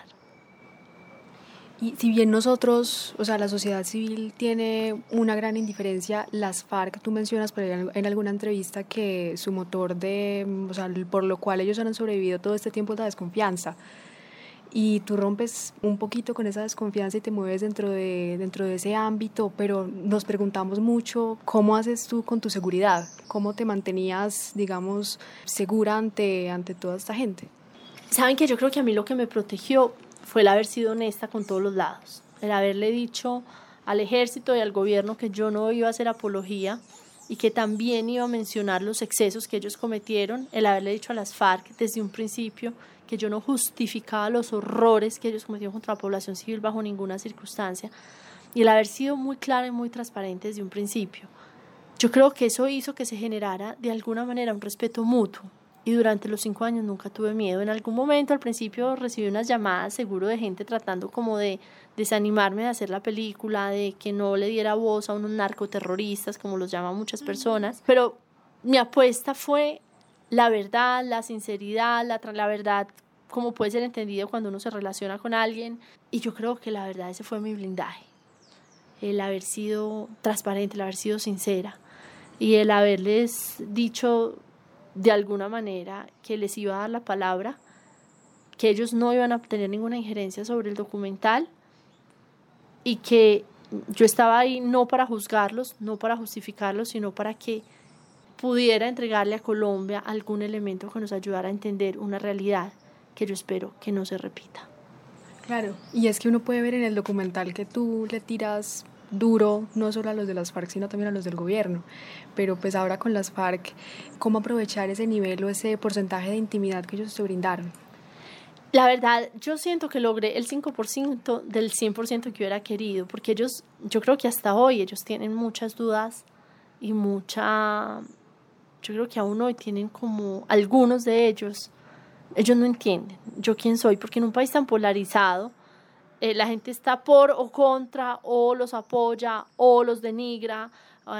Y si bien nosotros, o sea, la sociedad civil tiene una gran indiferencia, las FARC, tú mencionas por ahí en alguna entrevista que su motor o sea, por lo cual ellos han sobrevivido todo este tiempo es la desconfianza. Y tú rompes un poquito con esa desconfianza y te mueves dentro de ese ámbito, pero nos preguntamos mucho, ¿cómo haces tú con tu seguridad? ¿Cómo te mantenías, digamos, segura ante toda esta gente? Saben que yo creo que a mí lo que me protegió fue el haber sido honesta con todos los lados, el haberle dicho al ejército y al gobierno que yo no iba a hacer apología y que también iba a mencionar los excesos que ellos cometieron, el haberle dicho a las FARC desde un principio que yo no justificaba los horrores que ellos cometieron contra la población civil bajo ninguna circunstancia, y el haber sido muy clara y muy transparente desde un principio. Yo creo que eso hizo que se generara de alguna manera un respeto mutuo, y durante los 5 años nunca tuve miedo. En algún momento al principio recibí unas llamadas seguro de gente tratando como de desanimarme de hacer la película, de que no le diera voz a unos narcoterroristas, como los llaman muchas personas, pero mi apuesta fue la verdad, la sinceridad, la verdad como puede ser entendido cuando uno se relaciona con alguien, y yo creo que la verdad ese fue mi blindaje, el haber sido transparente, el haber sido sincera y el haberles dicho de alguna manera que les iba a dar la palabra, que ellos no iban a tener ninguna injerencia sobre el documental y que yo estaba ahí no para juzgarlos, no para justificarlos, sino para que pudiera entregarle a Colombia algún elemento que nos ayudara a entender una realidad que yo espero que no se repita. Claro, y es que uno puede ver en el documental que tú le tiras duro, no solo a los de las FARC, sino también a los del gobierno, pero pues ahora con las FARC, ¿cómo aprovechar ese nivel o ese porcentaje de intimidad que ellos te brindaron? La verdad, yo siento que logré el 5% del 100% que hubiera querido, porque ellos, yo creo que hasta hoy ellos tienen muchas dudas y yo creo que aún hoy tienen como algunos de ellos no entienden yo quién soy, porque en un país tan polarizado la gente está por o contra, o los apoya o los denigra,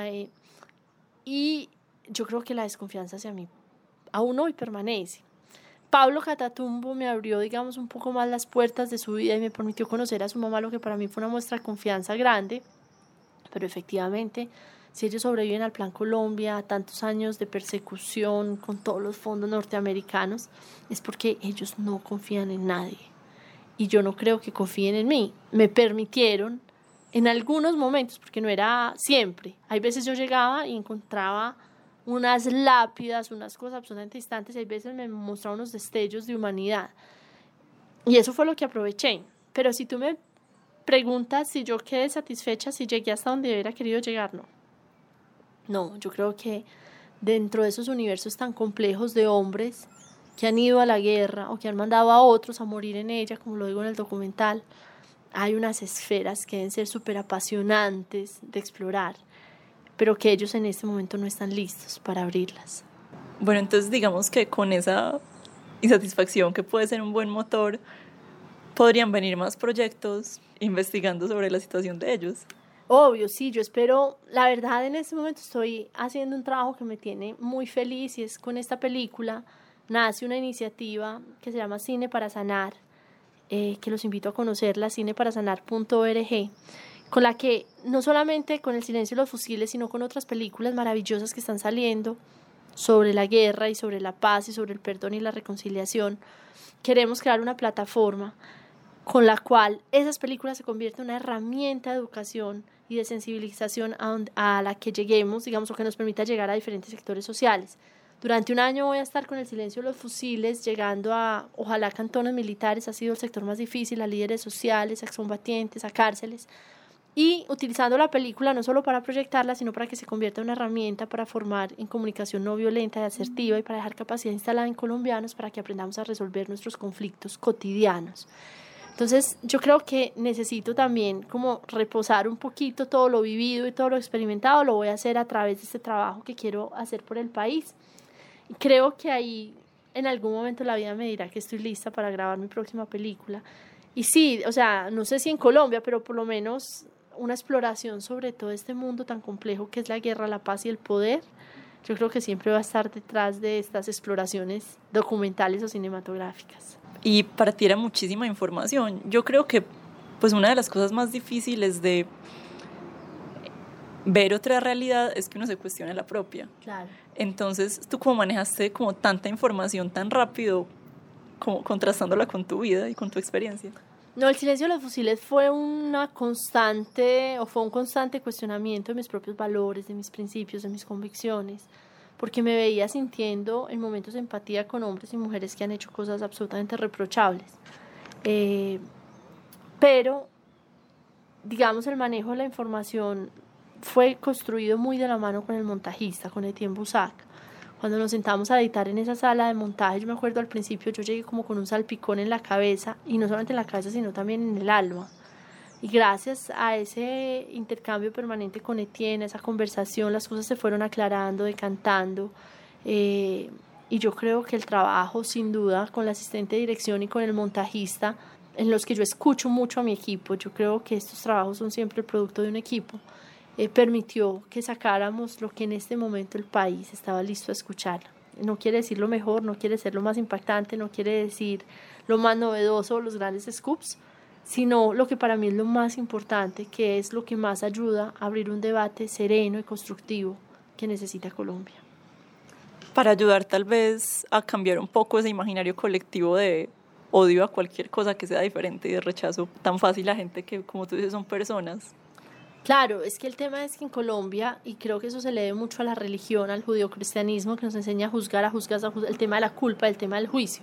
y yo creo que la desconfianza hacia mí aún hoy permanece. Pablo Catatumbo me abrió, digamos, un poco más las puertas de su vida y me permitió conocer a su mamá, lo que para mí fue una muestra de confianza grande, pero efectivamente, si ellos sobreviven al Plan Colombia, a tantos años de persecución con todos los fondos norteamericanos, es porque ellos no confían en nadie. Y yo no creo que confíen en mí. Me permitieron en algunos momentos, porque no era siempre. Hay veces yo llegaba y encontraba unas lápidas, unas cosas absolutamente distantes, y hay veces me mostraban unos destellos de humanidad. Y eso fue lo que aproveché. Pero si tú me preguntas si yo quedé satisfecha, si llegué hasta donde hubiera querido llegar, no. No, yo creo que dentro de esos universos tan complejos de hombres que han ido a la guerra o que han mandado a otros a morir en ella, como lo digo en el documental, hay unas esferas que deben ser súper apasionantes de explorar, pero que ellos en este momento no están listos para abrirlas. Bueno, entonces digamos que con esa insatisfacción que puede ser un buen motor, podrían venir más proyectos investigando sobre la situación de ellos. Obvio, sí, yo espero, la verdad en este momento estoy haciendo un trabajo que me tiene muy feliz, y es con esta película nace una iniciativa que se llama Cine para Sanar, que los invito a conocerla, cineparasanar.org, con la que no solamente con El silencio de los fusiles, sino con otras películas maravillosas que están saliendo sobre la guerra y sobre la paz y sobre el perdón y la reconciliación, queremos crear una plataforma con la cual esas películas se convierten en una herramienta de educación y de sensibilización a la que lleguemos, digamos, o que nos permita llegar a diferentes sectores sociales. Durante un año voy a estar con el silencio de los fusiles, llegando a, ojalá, cantones militares, ha sido el sector más difícil, a líderes sociales, a excombatientes, a cárceles, y utilizando la película no solo para proyectarla, sino para que se convierta en una herramienta para formar en comunicación no violenta y asertiva y para dejar capacidad instalada en colombianos para que aprendamos a resolver nuestros conflictos cotidianos. Entonces yo creo que necesito también como reposar un poquito todo lo vivido y todo lo experimentado, lo voy a hacer a través de este trabajo que quiero hacer por el país. Y creo que ahí en algún momento la vida me dirá que estoy lista para grabar mi próxima película. Y sí, o sea, no sé si en Colombia, pero por lo menos una exploración sobre todo este mundo tan complejo que es la guerra, la paz y el poder, yo creo que siempre va a estar detrás de estas exploraciones documentales o cinematográficas. Y para ti era muchísima información. Yo creo que pues una de las cosas más difíciles de ver otra realidad es que uno se cuestione la propia. Claro. Entonces, ¿tú cómo manejaste como tanta información tan rápido, como contrastándola con tu vida y con tu experiencia? No, el silencio de los fusiles fue un constante cuestionamiento de mis propios valores, de mis principios, de mis convicciones, porque me veía sintiendo en momentos de empatía con hombres y mujeres que han hecho cosas absolutamente reprochables. Pero, digamos, el manejo de la información fue construido muy de la mano con el montajista, con Etienne Boussac. Cuando nos sentamos a editar en esa sala de montaje, yo me acuerdo al principio, yo llegué como con un salpicón en la cabeza, y no solamente en la cabeza, sino también en el alma. Y gracias a ese intercambio permanente con Etienne, esa conversación, las cosas se fueron aclarando, decantando. Y yo creo que el trabajo, sin duda, con la asistente de dirección y con el montajista, en los que yo escucho mucho a mi equipo, yo creo que estos trabajos son siempre el producto de un equipo, permitió que sacáramos lo que en este momento el país estaba listo a escuchar. No quiere decir lo mejor, no quiere ser lo más impactante, no quiere decir lo más novedoso, los grandes scoops, sino lo que para mí es lo más importante, que es lo que más ayuda a abrir un debate sereno y constructivo que necesita Colombia. Para ayudar tal vez a cambiar un poco ese imaginario colectivo de odio a cualquier cosa que sea diferente y de rechazo tan fácil a gente que, como tú dices, son personas. Claro, es que el tema es que en Colombia, y creo que eso se le debe mucho a la religión, al judeocristianismo, que nos enseña a juzgar, el tema de la culpa, el tema del juicio.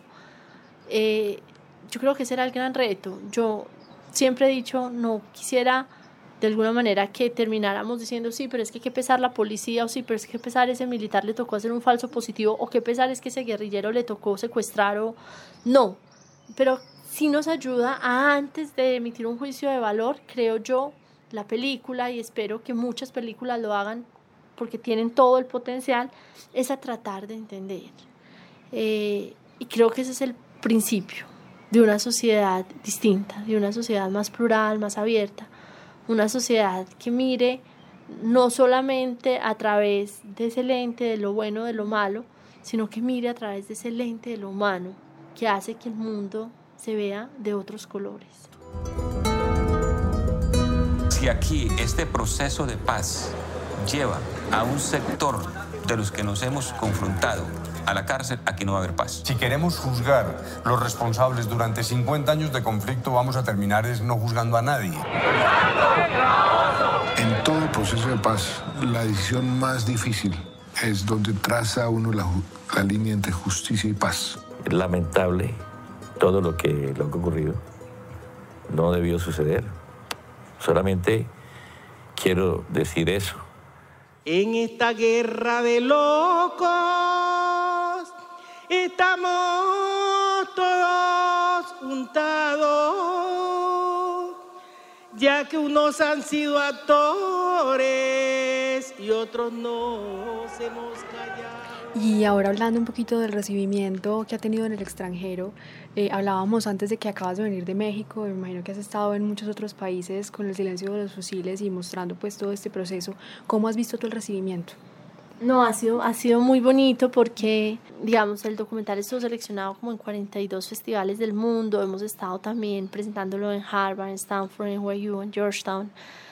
Yo creo que ese era el gran reto. Yo siempre he dicho, no quisiera de alguna manera que termináramos diciendo, sí, pero es que qué pesar la policía, o sí, pero es que qué pesar ese militar le tocó hacer un falso positivo, o qué pesar es que ese guerrillero le tocó secuestrar, o no. Pero sí nos ayuda a, antes de emitir un juicio de valor, creo yo, la película, y espero que muchas películas lo hagan porque tienen todo el potencial, es a tratar de entender. Y creo que ese es el principio de una sociedad distinta, de una sociedad más plural, más abierta, una sociedad que mire no solamente a través de ese lente de lo bueno, de lo malo, sino que mire a través de ese lente de lo humano, que hace que el mundo se vea de otros colores. Si aquí este proceso de paz lleva a un sector de los que nos hemos confrontado a la cárcel, aquí no va a haber paz. Si queremos juzgar los responsables durante 50 años de conflicto, vamos a terminar no juzgando a nadie. En todo proceso de paz, la decisión más difícil es donde traza uno la línea entre justicia y paz. Es lamentable todo lo que ha ocurrido. No debió suceder. Solamente quiero decir eso. En esta guerra de locos estamos todos juntados, ya que unos han sido actores y otros no se nos callaron. Y ahora hablando un poquito del recibimiento que ha tenido en el extranjero, hablábamos antes de que acabas de venir de México, me imagino que has estado en muchos otros países con el silencio de los fusiles y mostrando pues todo este proceso. ¿Cómo has visto tú el recibimiento? No, ha sido muy bonito porque, digamos, el documental estuvo seleccionado como en 42 festivales del mundo. Hemos estado también presentándolo en Harvard, en Stanford, en NYU, en Georgetown.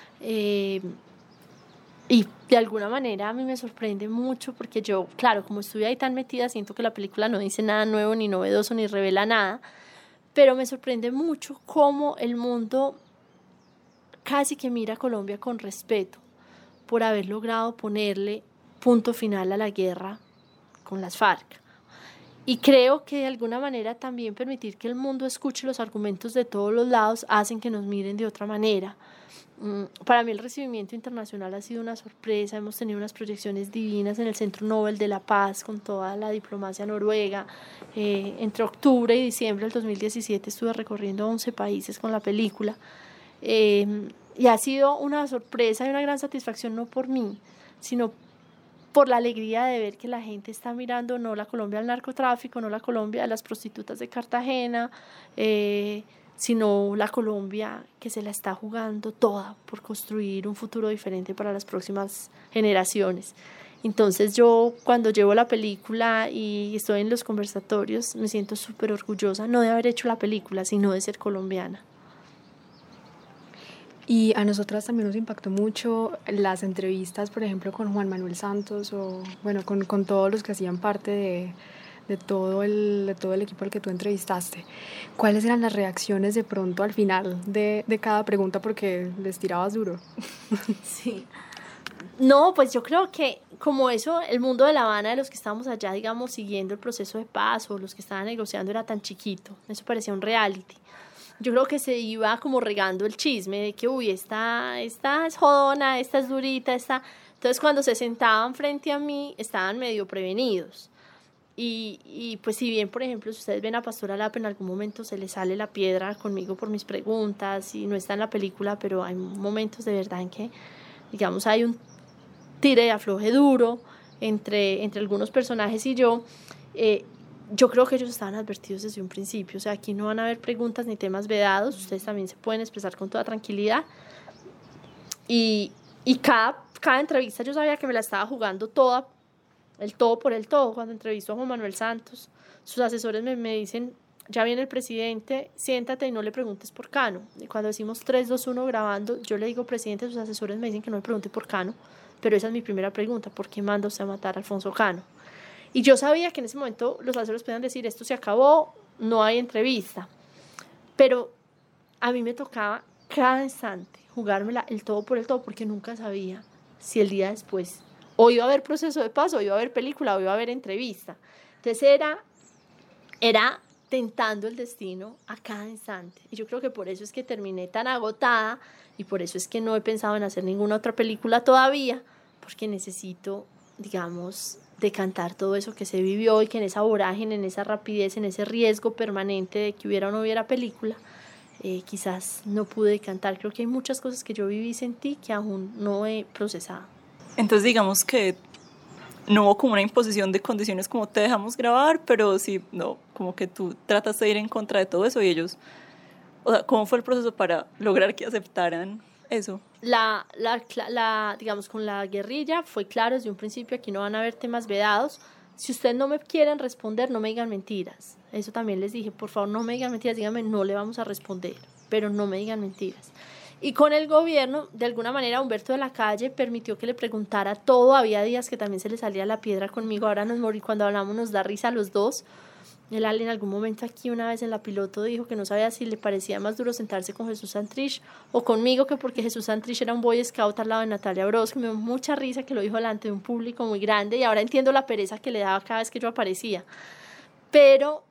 Y de alguna manera a mí me sorprende mucho porque yo, claro, como estuve ahí tan metida, siento que la película no dice nada nuevo, ni novedoso, ni revela nada, pero me sorprende mucho cómo el mundo casi que mira a Colombia con respeto por haber logrado ponerle punto final a la guerra con las FARC. Y creo que de alguna manera también permitir que el mundo escuche los argumentos de todos los lados hacen que nos miren de otra manera. Para mí el recibimiento internacional ha sido una sorpresa, hemos tenido unas proyecciones divinas en el Centro Nobel de la Paz con toda la diplomacia noruega. Entre octubre y diciembre del 2017 estuve recorriendo 11 países con la película y ha sido una sorpresa y una gran satisfacción, no por mí, sino por la alegría de ver que la gente está mirando no la Colombia del narcotráfico, no la Colombia de las prostitutas de Cartagena, sino la Colombia que se la está jugando toda por construir un futuro diferente para las próximas generaciones. Entonces yo cuando llevo la película y estoy en los conversatorios me siento súper orgullosa, no de haber hecho la película, sino de ser colombiana. Y a nosotras también nos impactó mucho las entrevistas, por ejemplo, con Juan Manuel Santos o bueno, con todos los que hacían parte de todo el equipo al que tú entrevistaste. ¿Cuáles eran las reacciones de pronto al final de cada pregunta? Porque les tirabas duro. Sí. No, pues yo creo que como eso, el mundo de La Habana, de los que estábamos allá, digamos, siguiendo el proceso de paz o los que estaban negociando era tan chiquito, eso parecía un reality. Yo creo que se iba como regando el chisme de que, uy, esta es jodona, esta es durita, esta... Entonces cuando se sentaban frente a mí, estaban medio prevenidos. Y pues si bien, por ejemplo, si ustedes ven a Pastora Lapa, en algún momento se le sale la piedra conmigo por mis preguntas y no está en la película, pero hay momentos de verdad en que, digamos, hay un tire y afloje duro entre algunos personajes y yo creo que ellos estaban advertidos desde un principio, o sea, aquí no van a haber preguntas ni temas vedados, ustedes también se pueden expresar con toda tranquilidad y cada entrevista yo sabía que me la estaba jugando toda, el todo por el todo. Cuando entrevisto a Juan Manuel Santos, sus asesores me dicen, ya viene el presidente, siéntate y no le preguntes por Cano. Y cuando decimos 3, 2, 1 grabando, yo le digo, presidente, sus asesores me dicen que no le pregunte por Cano, pero esa es mi primera pregunta, ¿por qué manda usted a matar a Alfonso Cano? Y yo sabía que en ese momento los asesores podían decir, esto se acabó, no hay entrevista, pero a mí me tocaba cada instante jugármela el todo por el todo, porque nunca sabía si el día después o iba a haber proceso de paz, o iba a haber película, o iba a haber entrevista. Entonces era tentando el destino a cada instante. Y yo creo que por eso es que terminé tan agotada y por eso es que no he pensado en hacer ninguna otra película todavía, porque necesito, digamos, decantar todo eso que se vivió y que en esa vorágine, en esa rapidez, en ese riesgo permanente de que hubiera o no hubiera película, quizás no pude decantar. Creo que hay muchas cosas que yo viví y sentí que aún no he procesado. Entonces digamos que no hubo como una imposición de condiciones como te dejamos grabar, pero sí, no, como que tú tratas de ir en contra de todo eso y ellos, o sea, ¿cómo fue el proceso para lograr que aceptaran eso? Digamos, con la guerrilla fue claro desde un principio, aquí no van a haber temas vedados. Si ustedes no me quieren responder, no me digan mentiras. Eso también les dije, por favor, no me digan mentiras, díganme, no le vamos a responder, pero no me digan mentiras. Y con el gobierno, de alguna manera, Humberto de la Calle permitió que le preguntara todo. Había días que también se le salía la piedra conmigo. Ahora cuando hablamos nos da risa a los dos. Él en algún momento aquí, una vez en la piloto, dijo que no sabía si le parecía más duro sentarse con Jesús Santrich o conmigo, que porque Jesús Santrich era un boy scout al lado de Natalia Orozco. Me dio mucha risa que lo dijo delante de un público muy grande y ahora entiendo la pereza que le daba cada vez que yo aparecía. Pero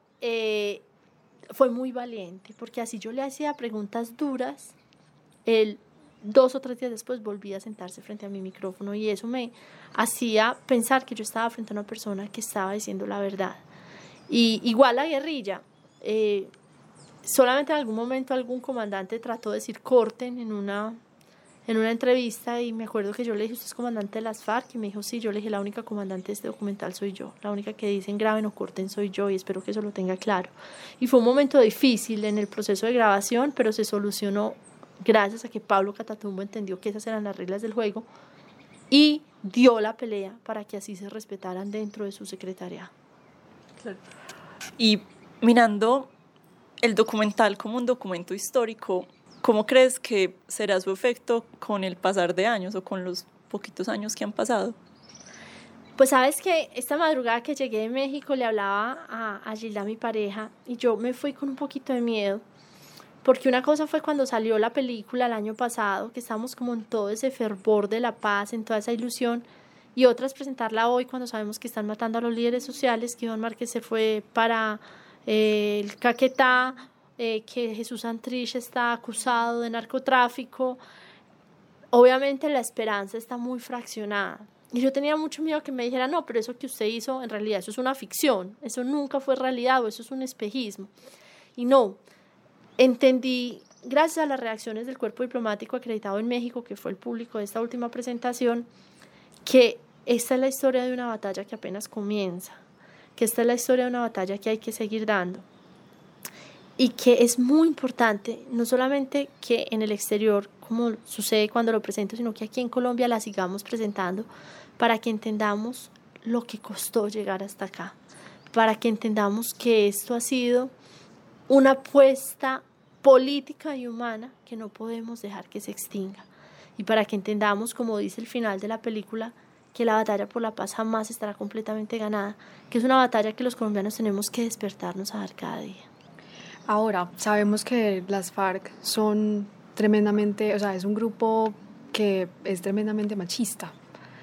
fue muy valiente, porque así yo le hacía preguntas duras. Él 2 o 3 días después volvía a sentarse frente a mi micrófono y eso me hacía pensar que yo estaba frente a una persona que estaba diciendo la verdad. Y igual la guerrilla, solamente en algún momento algún comandante trató de decir corten en una entrevista y me acuerdo que yo le dije, ¿usted es comandante de las FARC? Y me dijo, sí. Yo le dije, la única comandante de este documental soy yo, la única que dicen graben o corten soy yo, y espero que eso lo tenga claro. Y fue un momento difícil en el proceso de grabación, pero se solucionó gracias a que Pablo Catatumbo entendió que esas eran las reglas del juego y dio la pelea para que así se respetaran dentro de su secretariado. Claro. Y mirando el documental como un documento histórico, ¿cómo crees que será su efecto con el pasar de años o con los poquitos años que han pasado? Pues sabes que esta madrugada que llegué de México le hablaba a Gilda, mi pareja, y yo me fui con un poquito de miedo, Porque una cosa fue cuando salió la película el año pasado, que estábamos como en todo ese fervor de la paz, en toda esa ilusión, y otra es presentarla hoy cuando sabemos que están matando a los líderes sociales, que Iván Márquez se fue para el Caquetá, que Jesús Santrich está acusado de narcotráfico. Obviamente la esperanza está muy fraccionada. Y yo tenía mucho miedo que me dijera, no, pero eso que usted hizo, en realidad eso es una ficción, eso nunca fue realidad o eso es un espejismo. Y no, entendí, gracias a las reacciones del cuerpo diplomático acreditado en México, que fue el público de esta última presentación, que esta es la historia de una batalla que apenas comienza, que esta es la historia de una batalla que hay que seguir dando. Y que es muy importante, no solamente que en el exterior, como sucede cuando lo presento, sino que aquí en Colombia la sigamos presentando para que entendamos lo que costó llegar hasta acá, para que entendamos que esto ha sido una apuesta política y humana que no podemos dejar que se extinga, y para que entendamos, como dice el final de la película, que la batalla por la paz jamás estará completamente ganada, que es una batalla que los colombianos tenemos que despertarnos a dar cada día. Ahora, sabemos que las FARC son tremendamente, o sea, es un grupo que es tremendamente machista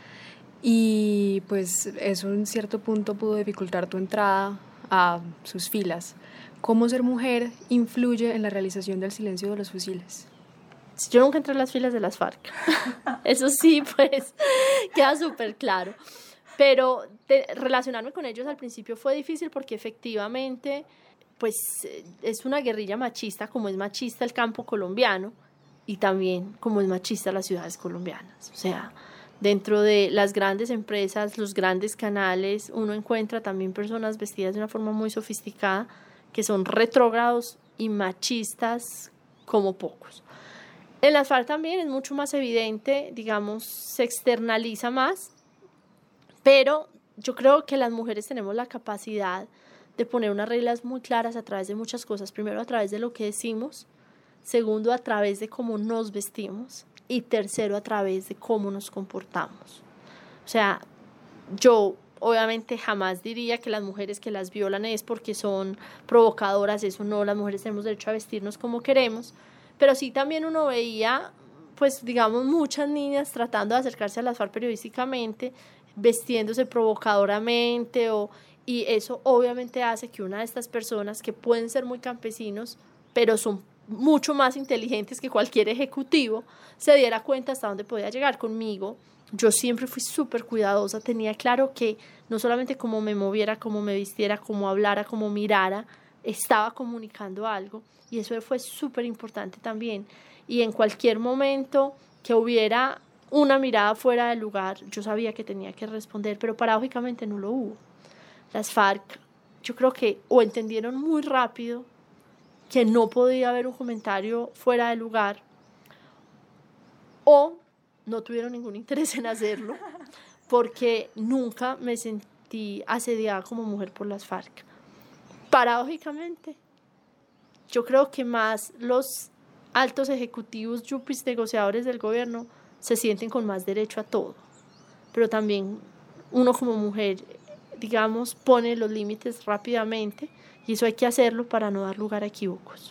y pues eso en cierto punto pudo dificultar tu entrada a sus filas. ¿Cómo ser mujer influye en la realización del silencio de los fusiles? Yo nunca entré en las filas de las FARC, eso sí, pues queda súper claro, pero relacionarme con ellos al principio fue difícil porque efectivamente pues es una guerrilla machista, como es machista el campo colombiano y también como es machista las ciudades colombianas. O sea, dentro de las grandes empresas, los grandes canales, uno encuentra también personas vestidas de una forma muy sofisticada que son retrógrados y machistas como pocos. En las FARC también es mucho más evidente, digamos, se externaliza más, pero yo creo que las mujeres tenemos la capacidad de poner unas reglas muy claras a través de muchas cosas. Primero, a través de lo que decimos. Segundo, a través de cómo nos vestimos. Y tercero, a través de cómo nos comportamos. O sea, yo obviamente jamás diría que las mujeres que las violan es porque son provocadoras. Eso no, las mujeres tenemos derecho a vestirnos como queremos. Pero sí también uno veía, pues digamos, muchas niñas tratando de acercarse a las FARC periodísticamente, vestiéndose provocadoramente y eso obviamente hace que una de estas personas que pueden ser muy campesinos, pero son mucho más inteligentes que cualquier ejecutivo, se diera cuenta hasta dónde podía llegar conmigo. Yo siempre fui súper cuidadosa, tenía claro que no solamente cómo me moviera, cómo me vistiera, cómo hablara, cómo mirara, estaba comunicando algo y eso fue súper importante también. Y en cualquier momento que hubiera una mirada fuera del lugar, yo sabía que tenía que responder, pero paradójicamente no lo hubo. Las FARC, yo creo que o entendieron muy rápido que no podía haber un comentario fuera de lugar o no tuvieron ningún interés en hacerlo porque nunca me sentí asediada como mujer por las FARC. Paradójicamente, yo creo que más los altos ejecutivos, yuppies, negociadores del gobierno se sienten con más derecho a todo, pero también uno como mujer, digamos, pone los límites rápidamente y eso hay que hacerlo para no dar lugar a equívocos.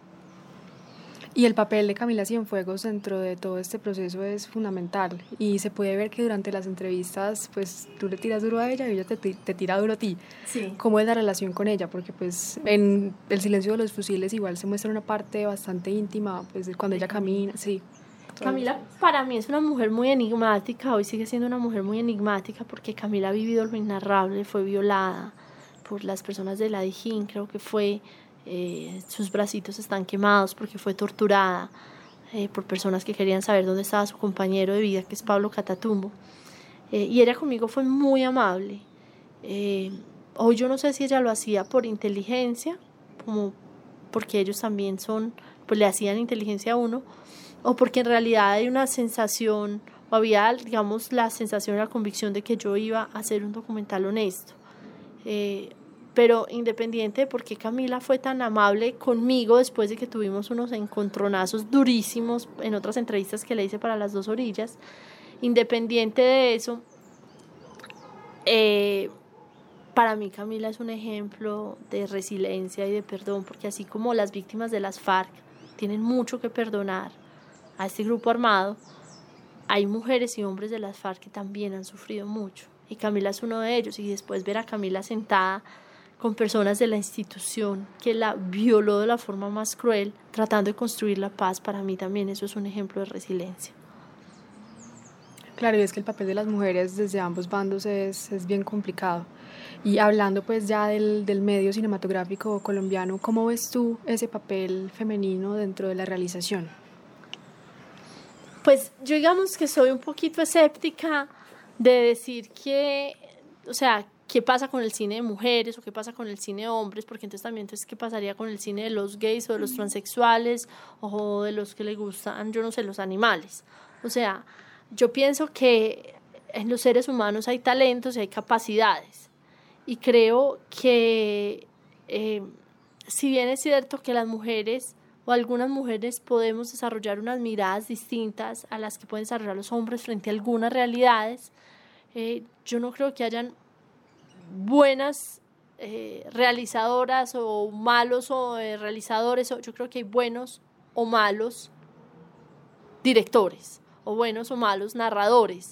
Y el papel de Camila Cienfuegos dentro de todo este proceso es fundamental y se puede ver que durante las entrevistas pues tú le tiras duro a ella y ella te tira duro a ti. Sí. ¿Cómo es la relación con ella? Porque pues en El silencio de los fusiles igual se muestra una parte bastante íntima pues cuando ella camina, sí. Camila para mí es una mujer muy enigmática, hoy sigue siendo una mujer muy enigmática porque Camila ha vivido lo inarrable, fue violada por las personas de la Dijín, creo que fue, sus bracitos están quemados porque fue torturada por personas que querían saber dónde estaba su compañero de vida, que es Pablo Catatumbo, y ella conmigo fue muy amable. Hoy yo no sé si ella lo hacía por inteligencia, como porque ellos también son, pues le hacían inteligencia a uno, o porque en realidad hay una sensación, o había, digamos, la sensación o la convicción de que yo iba a hacer un documental honesto. Pero independiente de por qué Camila fue tan amable conmigo después de que tuvimos unos encontronazos durísimos en otras entrevistas que le hice para Las Dos Orillas, independiente de eso, para mí Camila es un ejemplo de resiliencia y de perdón, porque así como las víctimas de las FARC tienen mucho que perdonar a este grupo armado, hay mujeres y hombres de las FARC que también han sufrido mucho. Y Camila es uno de ellos. Y después ver a Camila sentada con personas de la institución que la violó de la forma más cruel, tratando de construir la paz, para mí también eso es un ejemplo de resiliencia. Claro, y es que el papel de las mujeres desde ambos bandos es bien complicado. Y hablando pues ya del medio cinematográfico colombiano, ¿cómo ves tú ese papel femenino dentro de la realización? Pues yo digamos que soy un poquito escéptica de decir que, o sea, qué pasa con el cine de mujeres o qué pasa con el cine de hombres, porque entonces también qué pasaría con el cine de los gays o de los transexuales o de los que les gustan, yo no sé, los animales. O sea, yo pienso que en los seres humanos hay talentos y hay capacidades, y creo que si bien es cierto que las mujeres o algunas mujeres podemos desarrollar unas miradas distintas a las que pueden desarrollar los hombres frente a algunas realidades, yo no creo que hayan buenas realizadoras o malos realizadores. Yo creo que hay buenos o malos directores o buenos o malos narradores,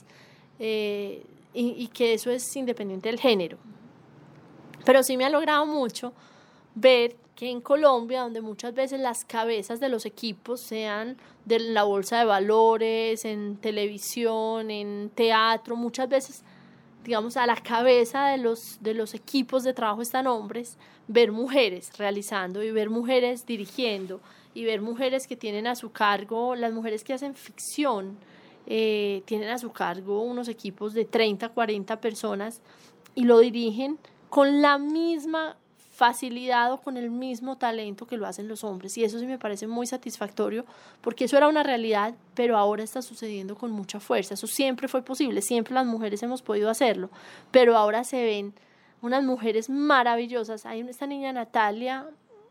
y que eso es independiente del género. Pero sí me ha logrado mucho ver que en Colombia, donde muchas veces las cabezas de los equipos, sean de la bolsa de valores, en televisión, en teatro, muchas veces, digamos, a la cabeza de los equipos de trabajo están hombres, ver mujeres realizando y ver mujeres dirigiendo y ver mujeres que tienen a su cargo, las mujeres que hacen ficción, tienen a su cargo unos equipos de 30, 40 personas y lo dirigen con la misma facilidad o con el mismo talento que lo hacen los hombres, y eso sí me parece muy satisfactorio, porque eso era una realidad, pero ahora está sucediendo con mucha fuerza. Eso siempre fue posible, siempre las mujeres hemos podido hacerlo, pero ahora se ven unas mujeres maravillosas. Hay esta niña Natalia,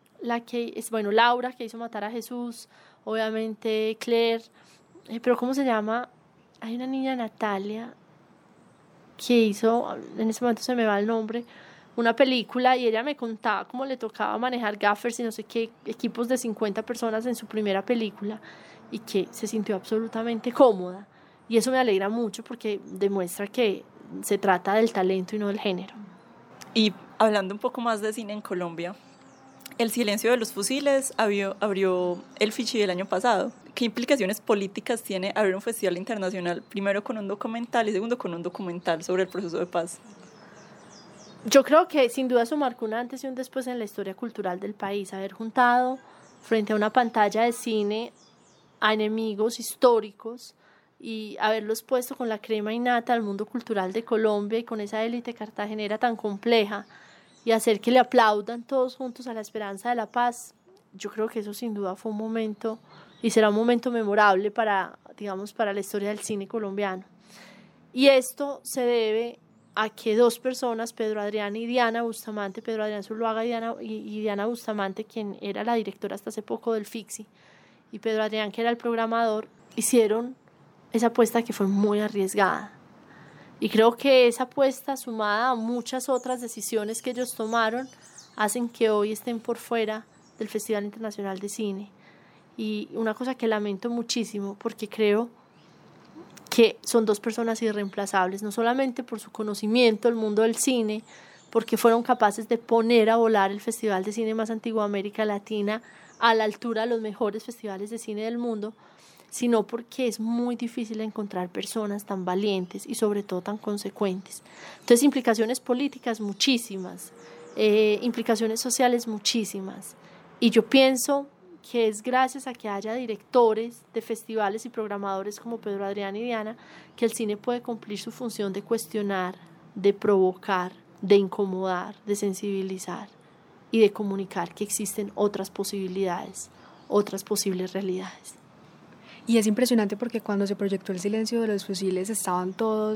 Laura, que hizo Matar a Jesús, obviamente Claire, pero ¿cómo se llama? Hay una niña Natalia que hizo, en ese momento se me va el nombre, una película, y ella me contaba cómo le tocaba manejar gaffers y no sé qué, equipos de 50 personas en su primera película, y que se sintió absolutamente cómoda, y eso me alegra mucho porque demuestra que se trata del talento y no del género. Y hablando un poco más de cine en Colombia, El silencio de los fusiles abrió el Fichi del año pasado. ¿Qué implicaciones políticas tiene abrir un festival internacional, primero con un documental y segundo con un documental sobre el proceso de paz? Yo creo que sin duda eso marcó un antes y un después en la historia cultural del país, haber juntado frente a una pantalla de cine a enemigos históricos y haberlos puesto con la crema innata al mundo cultural de Colombia y con esa élite cartagenera tan compleja, y hacer que le aplaudan todos juntos a la esperanza de la paz. Yo creo que eso sin duda fue un momento y será un momento memorable para la historia del cine colombiano. Y esto se debe a que dos personas, Pedro Adrián y Diana Bustamante, Pedro Adrián Zuluaga y Diana Bustamante, quien era la directora hasta hace poco del FICSI, y Pedro Adrián, que era el programador, hicieron esa apuesta que fue muy arriesgada. Y creo que esa apuesta, sumada a muchas otras decisiones que ellos tomaron, hacen que hoy estén por fuera del Festival Internacional de Cine. Y una cosa que lamento muchísimo, porque creo que son dos personas irreemplazables, no solamente por su conocimiento del mundo del cine, porque fueron capaces de poner a volar el festival de cine más antiguo de América Latina a la altura de los mejores festivales de cine del mundo, sino porque es muy difícil encontrar personas tan valientes y sobre todo tan consecuentes. Entonces, implicaciones políticas muchísimas, implicaciones sociales muchísimas, y yo pienso que es gracias a que haya directores de festivales y programadores como Pedro Adrián y Diana que el cine puede cumplir su función de cuestionar, de provocar, de incomodar, de sensibilizar y de comunicar que existen otras posibilidades, otras posibles realidades. Y es impresionante porque cuando se proyectó El silencio de los fusiles estaban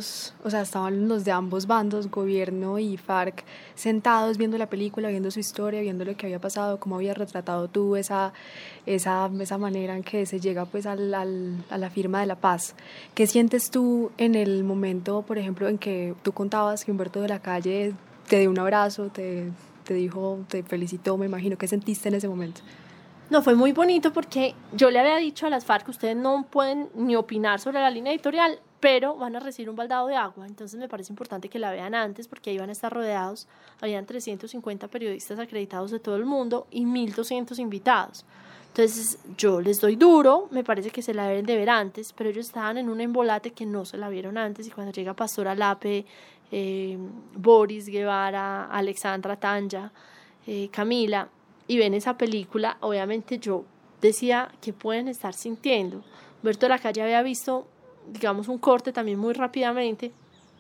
los de ambos bandos, gobierno y FARC, sentados viendo la película, viendo su historia, viendo lo que había pasado, cómo había retratado tú esa manera en que se llega pues a la firma de la paz. ¿Qué sientes tú en el momento, por ejemplo, en que tú contabas que Humberto de la Calle te dio un abrazo, te dijo, te felicitó, me imagino? ¿Qué sentiste en ese momento? No, fue muy bonito porque yo le había dicho a las FARC que ustedes no pueden ni opinar sobre la línea editorial, pero van a recibir un baldado de agua. Entonces me parece importante que la vean antes porque ahí van a estar rodeados. Habían 350 periodistas acreditados de todo el mundo y 1.200 invitados. Entonces yo les doy duro, me parece que se la deben de ver antes, pero ellos estaban en un embolate que no se la vieron antes, y cuando llega Pastora Lape, Boris Guevara, Alexandra Tanja, Camila, y ven esa película, obviamente yo decía que pueden estar sintiendo. Humberto de la Calle había visto, digamos, un corte también muy rápidamente,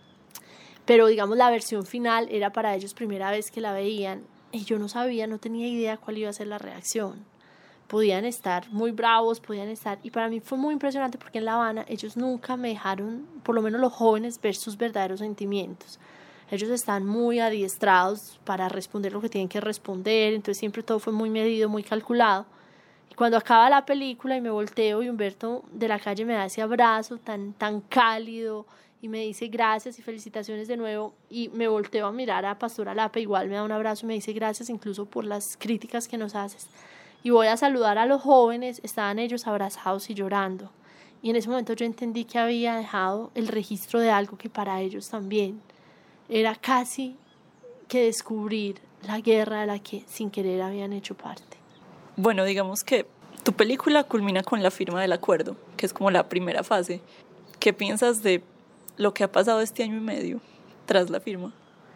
pero digamos la versión final era para ellos primera vez que la veían, y yo no sabía, no tenía idea cuál iba a ser la reacción. Podían estar muy bravos, podían estar, y para mí fue muy impresionante porque en La Habana ellos nunca me dejaron, por lo menos los jóvenes, ver sus verdaderos sentimientos. Ellos están muy adiestrados para responder lo que tienen que responder, entonces siempre todo fue muy medido, muy calculado. Y cuando acaba la película y me volteo y Humberto de la Calle me da ese abrazo tan cálido y me dice gracias y felicitaciones de nuevo, y me volteo a mirar a Pastora Lape, igual me da un abrazo y me dice gracias incluso por las críticas que nos haces. Y voy a saludar a los jóvenes, estaban ellos abrazados y llorando. Y en ese momento yo entendí que había dejado el registro de algo que para ellos también era casi que descubrir la guerra de la que sin querer habían hecho parte. Bueno, digamos que tu película culmina con la firma del acuerdo, que es como la primera fase. ¿Qué piensas de lo que ha pasado este año y medio tras la firma?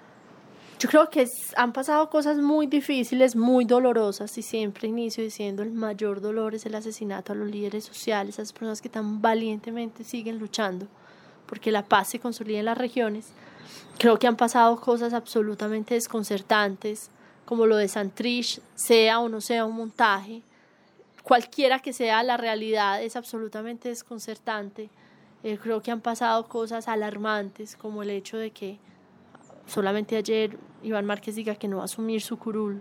Yo creo que han pasado cosas muy difíciles, muy dolorosas, y siempre inicio diciendo el mayor dolor es el asesinato a los líderes sociales, a esas personas que tan valientemente siguen luchando porque la paz se consolide en las regiones. Creo que han pasado cosas absolutamente desconcertantes, como lo de Santrich, sea o no sea un montaje. Cualquiera que sea la realidad es absolutamente desconcertante. Creo que han pasado cosas alarmantes, como el hecho de que solamente ayer Iván Márquez diga que no va a asumir su curul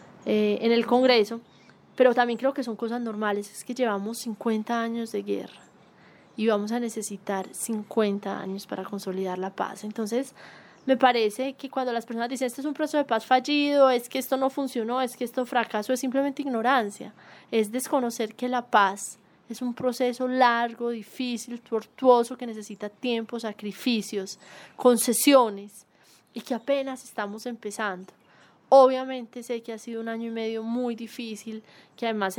en el Congreso, pero también creo que son cosas normales. Es que llevamos 50 años de guerra y vamos a necesitar 50 años para consolidar la paz. Entonces me parece que cuando las personas dicen este es un proceso de paz fallido, es que esto no funcionó, es que esto fracasó, es simplemente ignorancia, es desconocer que la paz es un proceso largo, difícil, tortuoso, que necesita tiempo, sacrificios, concesiones, y que apenas estamos empezando. Obviamente sé que ha sido un año y medio muy difícil, que además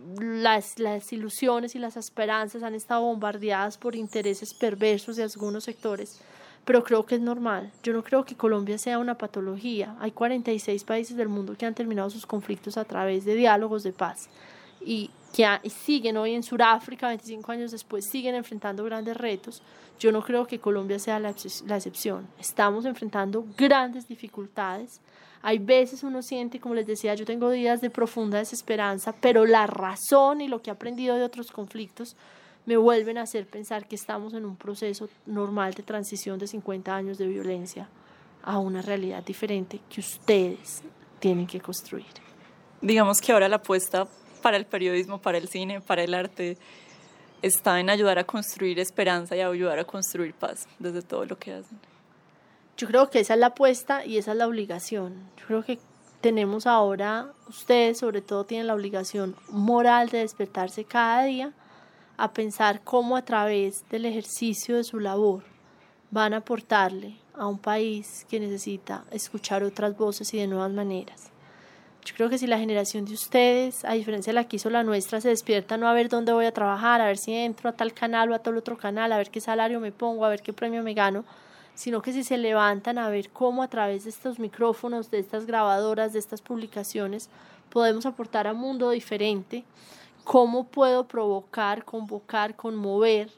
las ilusiones y las esperanzas han estado bombardeadas por intereses perversos de algunos sectores, pero creo que es normal. Yo no creo que Colombia sea una patología. Hay 46 países del mundo que han terminado sus conflictos a través de diálogos de paz y que siguen hoy en Sudáfrica, 25 años después, siguen enfrentando grandes retos. Yo no creo que Colombia sea la excepción. Estamos enfrentando grandes dificultades. Hay veces uno siente, como les decía, yo tengo días de profunda desesperanza, pero la razón y lo que he aprendido de otros conflictos me vuelven a hacer pensar que estamos en un proceso normal de transición de 50 años de violencia a una realidad diferente que ustedes tienen que construir. Digamos que ahora la apuesta para el periodismo, para el cine, para el arte, está en ayudar a construir esperanza y a ayudar a construir paz desde todo lo que hacen. Yo creo que esa es la apuesta y esa es la obligación. Yo creo que tenemos ahora, ustedes sobre todo tienen la obligación moral de despertarse cada día a pensar cómo a través del ejercicio de su labor van a aportarle a un país que necesita escuchar otras voces y de nuevas maneras. Yo creo que si la generación de ustedes, a diferencia de la que hizo la nuestra, se despierta no a ver dónde voy a trabajar, a ver si entro a tal canal o a tal otro canal, a ver qué salario me pongo, a ver qué premio me gano, sino que si se levantan a ver cómo a través de estos micrófonos, de estas grabadoras, de estas publicaciones, podemos aportar a un mundo diferente, cómo puedo provocar, convocar, conmover,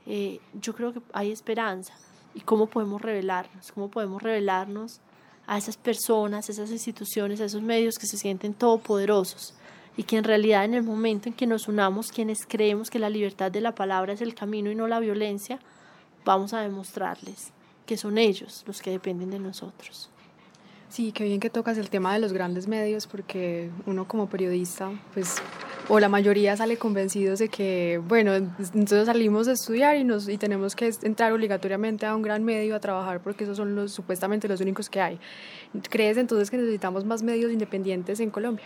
yo creo que hay esperanza. Y cómo podemos revelarnos a esas personas, a esas instituciones, a esos medios que se sienten todopoderosos y que en realidad en el momento en que nos unamos, quienes creemos que la libertad de la palabra es el camino y no la violencia, vamos a demostrarles que son ellos los que dependen de nosotros. Sí, qué bien que tocas el tema de los grandes medios, porque uno como periodista, pues, o la mayoría sale convencidos de que, bueno, entonces salimos de estudiar y tenemos que entrar obligatoriamente a un gran medio a trabajar porque esos son supuestamente los únicos que hay. ¿Crees entonces que necesitamos más medios independientes en Colombia?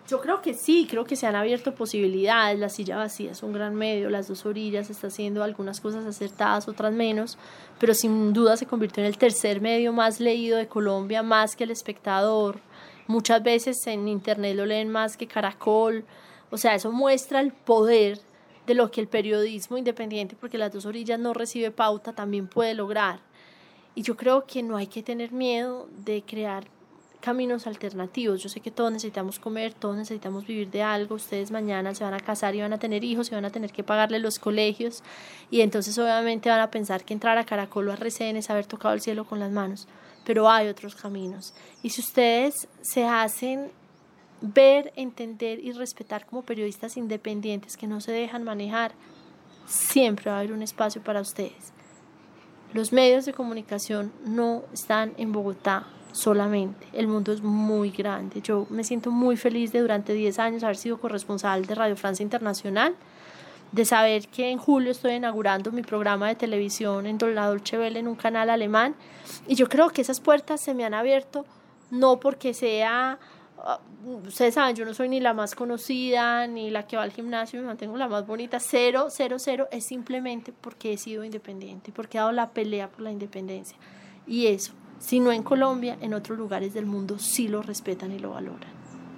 Yo creo que sí, creo que se han abierto posibilidades. La Silla Vacía es un gran medio, Las Dos Orillas está haciendo algunas cosas acertadas, otras menos, pero sin duda se convirtió en el tercer medio más leído de Colombia, más que El Espectador. Muchas veces en internet lo leen más que Caracol. O sea, eso muestra el poder de lo que el periodismo independiente, porque Las Dos Orillas no recibe pauta, también puede lograr. Y yo creo que no hay que tener miedo de crear caminos alternativos. Yo sé que todos necesitamos comer, todos necesitamos vivir de algo. Ustedes mañana se van a casar y van a tener hijos y van a tener que pagarle los colegios, y entonces obviamente van a pensar que entrar a Caracol o a RCN es haber tocado el cielo con las manos, pero hay otros caminos. Y si ustedes se hacen ver, entender y respetar como periodistas independientes que no se dejan manejar, siempre va a haber un espacio para ustedes. Los medios de comunicación no están en Bogotá solamente, el mundo es muy grande. Yo me siento muy feliz de durante 10 años haber sido corresponsal de Radio Francia Internacional, de saber que en julio estoy inaugurando mi programa de televisión en la Deutsche Welle en un canal alemán, y yo creo que esas puertas se me han abierto no porque sea, ustedes saben, yo no soy ni la más conocida ni la que va al gimnasio y me mantengo la más bonita, cero, es simplemente porque he sido independiente y porque he dado la pelea por la independencia. Y eso, si no en Colombia, en otros lugares del mundo sí lo respetan y lo valoran.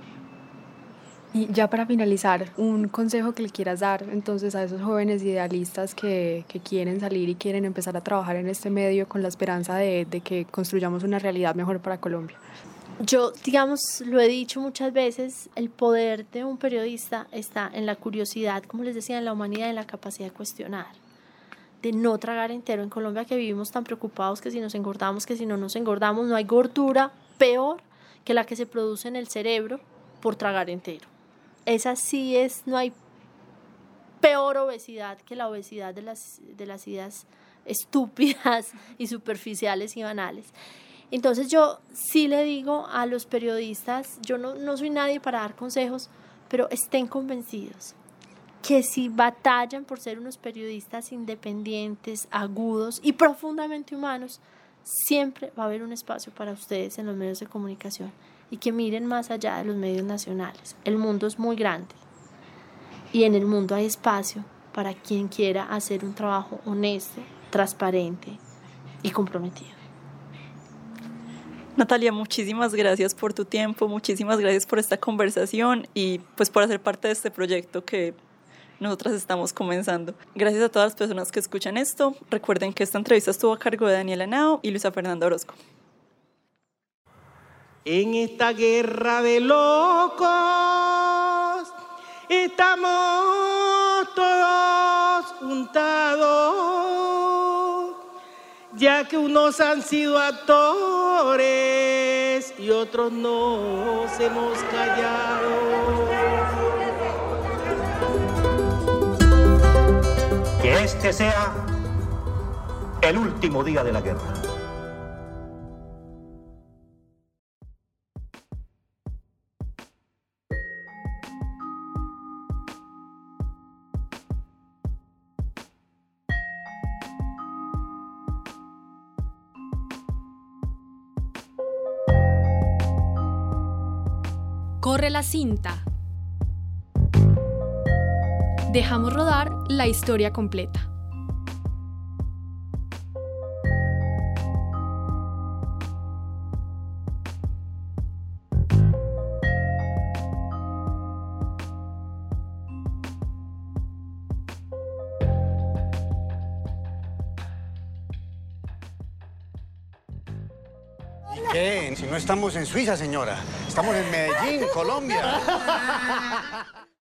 Y ya para finalizar, un consejo que le quieras dar entonces a esos jóvenes idealistas que quieren salir y quieren empezar a trabajar en este medio con la esperanza de que construyamos una realidad mejor para Colombia. Yo, digamos, lo he dicho muchas veces, el poder de un periodista está en la curiosidad, como les decía, en la humanidad, en la capacidad de cuestionar, de no tragar entero. En Colombia, que vivimos tan preocupados que si nos engordamos, que si no nos engordamos, no hay gordura peor que la que se produce en el cerebro por tragar entero. Esa sí es, no hay peor obesidad que la obesidad de las ideas estúpidas y superficiales y banales. Entonces yo sí le digo a los periodistas, yo no soy nadie para dar consejos, pero estén convencidos que si batallan por ser unos periodistas independientes, agudos y profundamente humanos, siempre va a haber un espacio para ustedes en los medios de comunicación, y que miren más allá de los medios nacionales. El mundo es muy grande y en el mundo hay espacio para quien quiera hacer un trabajo honesto, transparente y comprometido. Natalia, muchísimas gracias por tu tiempo, muchísimas gracias por esta conversación y pues por hacer parte de este proyecto que nosotras estamos comenzando. Gracias a todas las personas que escuchan esto. Recuerden que esta entrevista estuvo a cargo de Daniela Henao y Luisa Fernanda Orozco. En esta guerra de locos estamos todos juntados, ya que unos han sido actores y otros no se hemos callado. Que este sea el último día de la guerra. Corre la cinta. Dejamos rodar la historia completa. ¿Qué? Si no estamos en Suiza, señora. Estamos en Medellín, Colombia.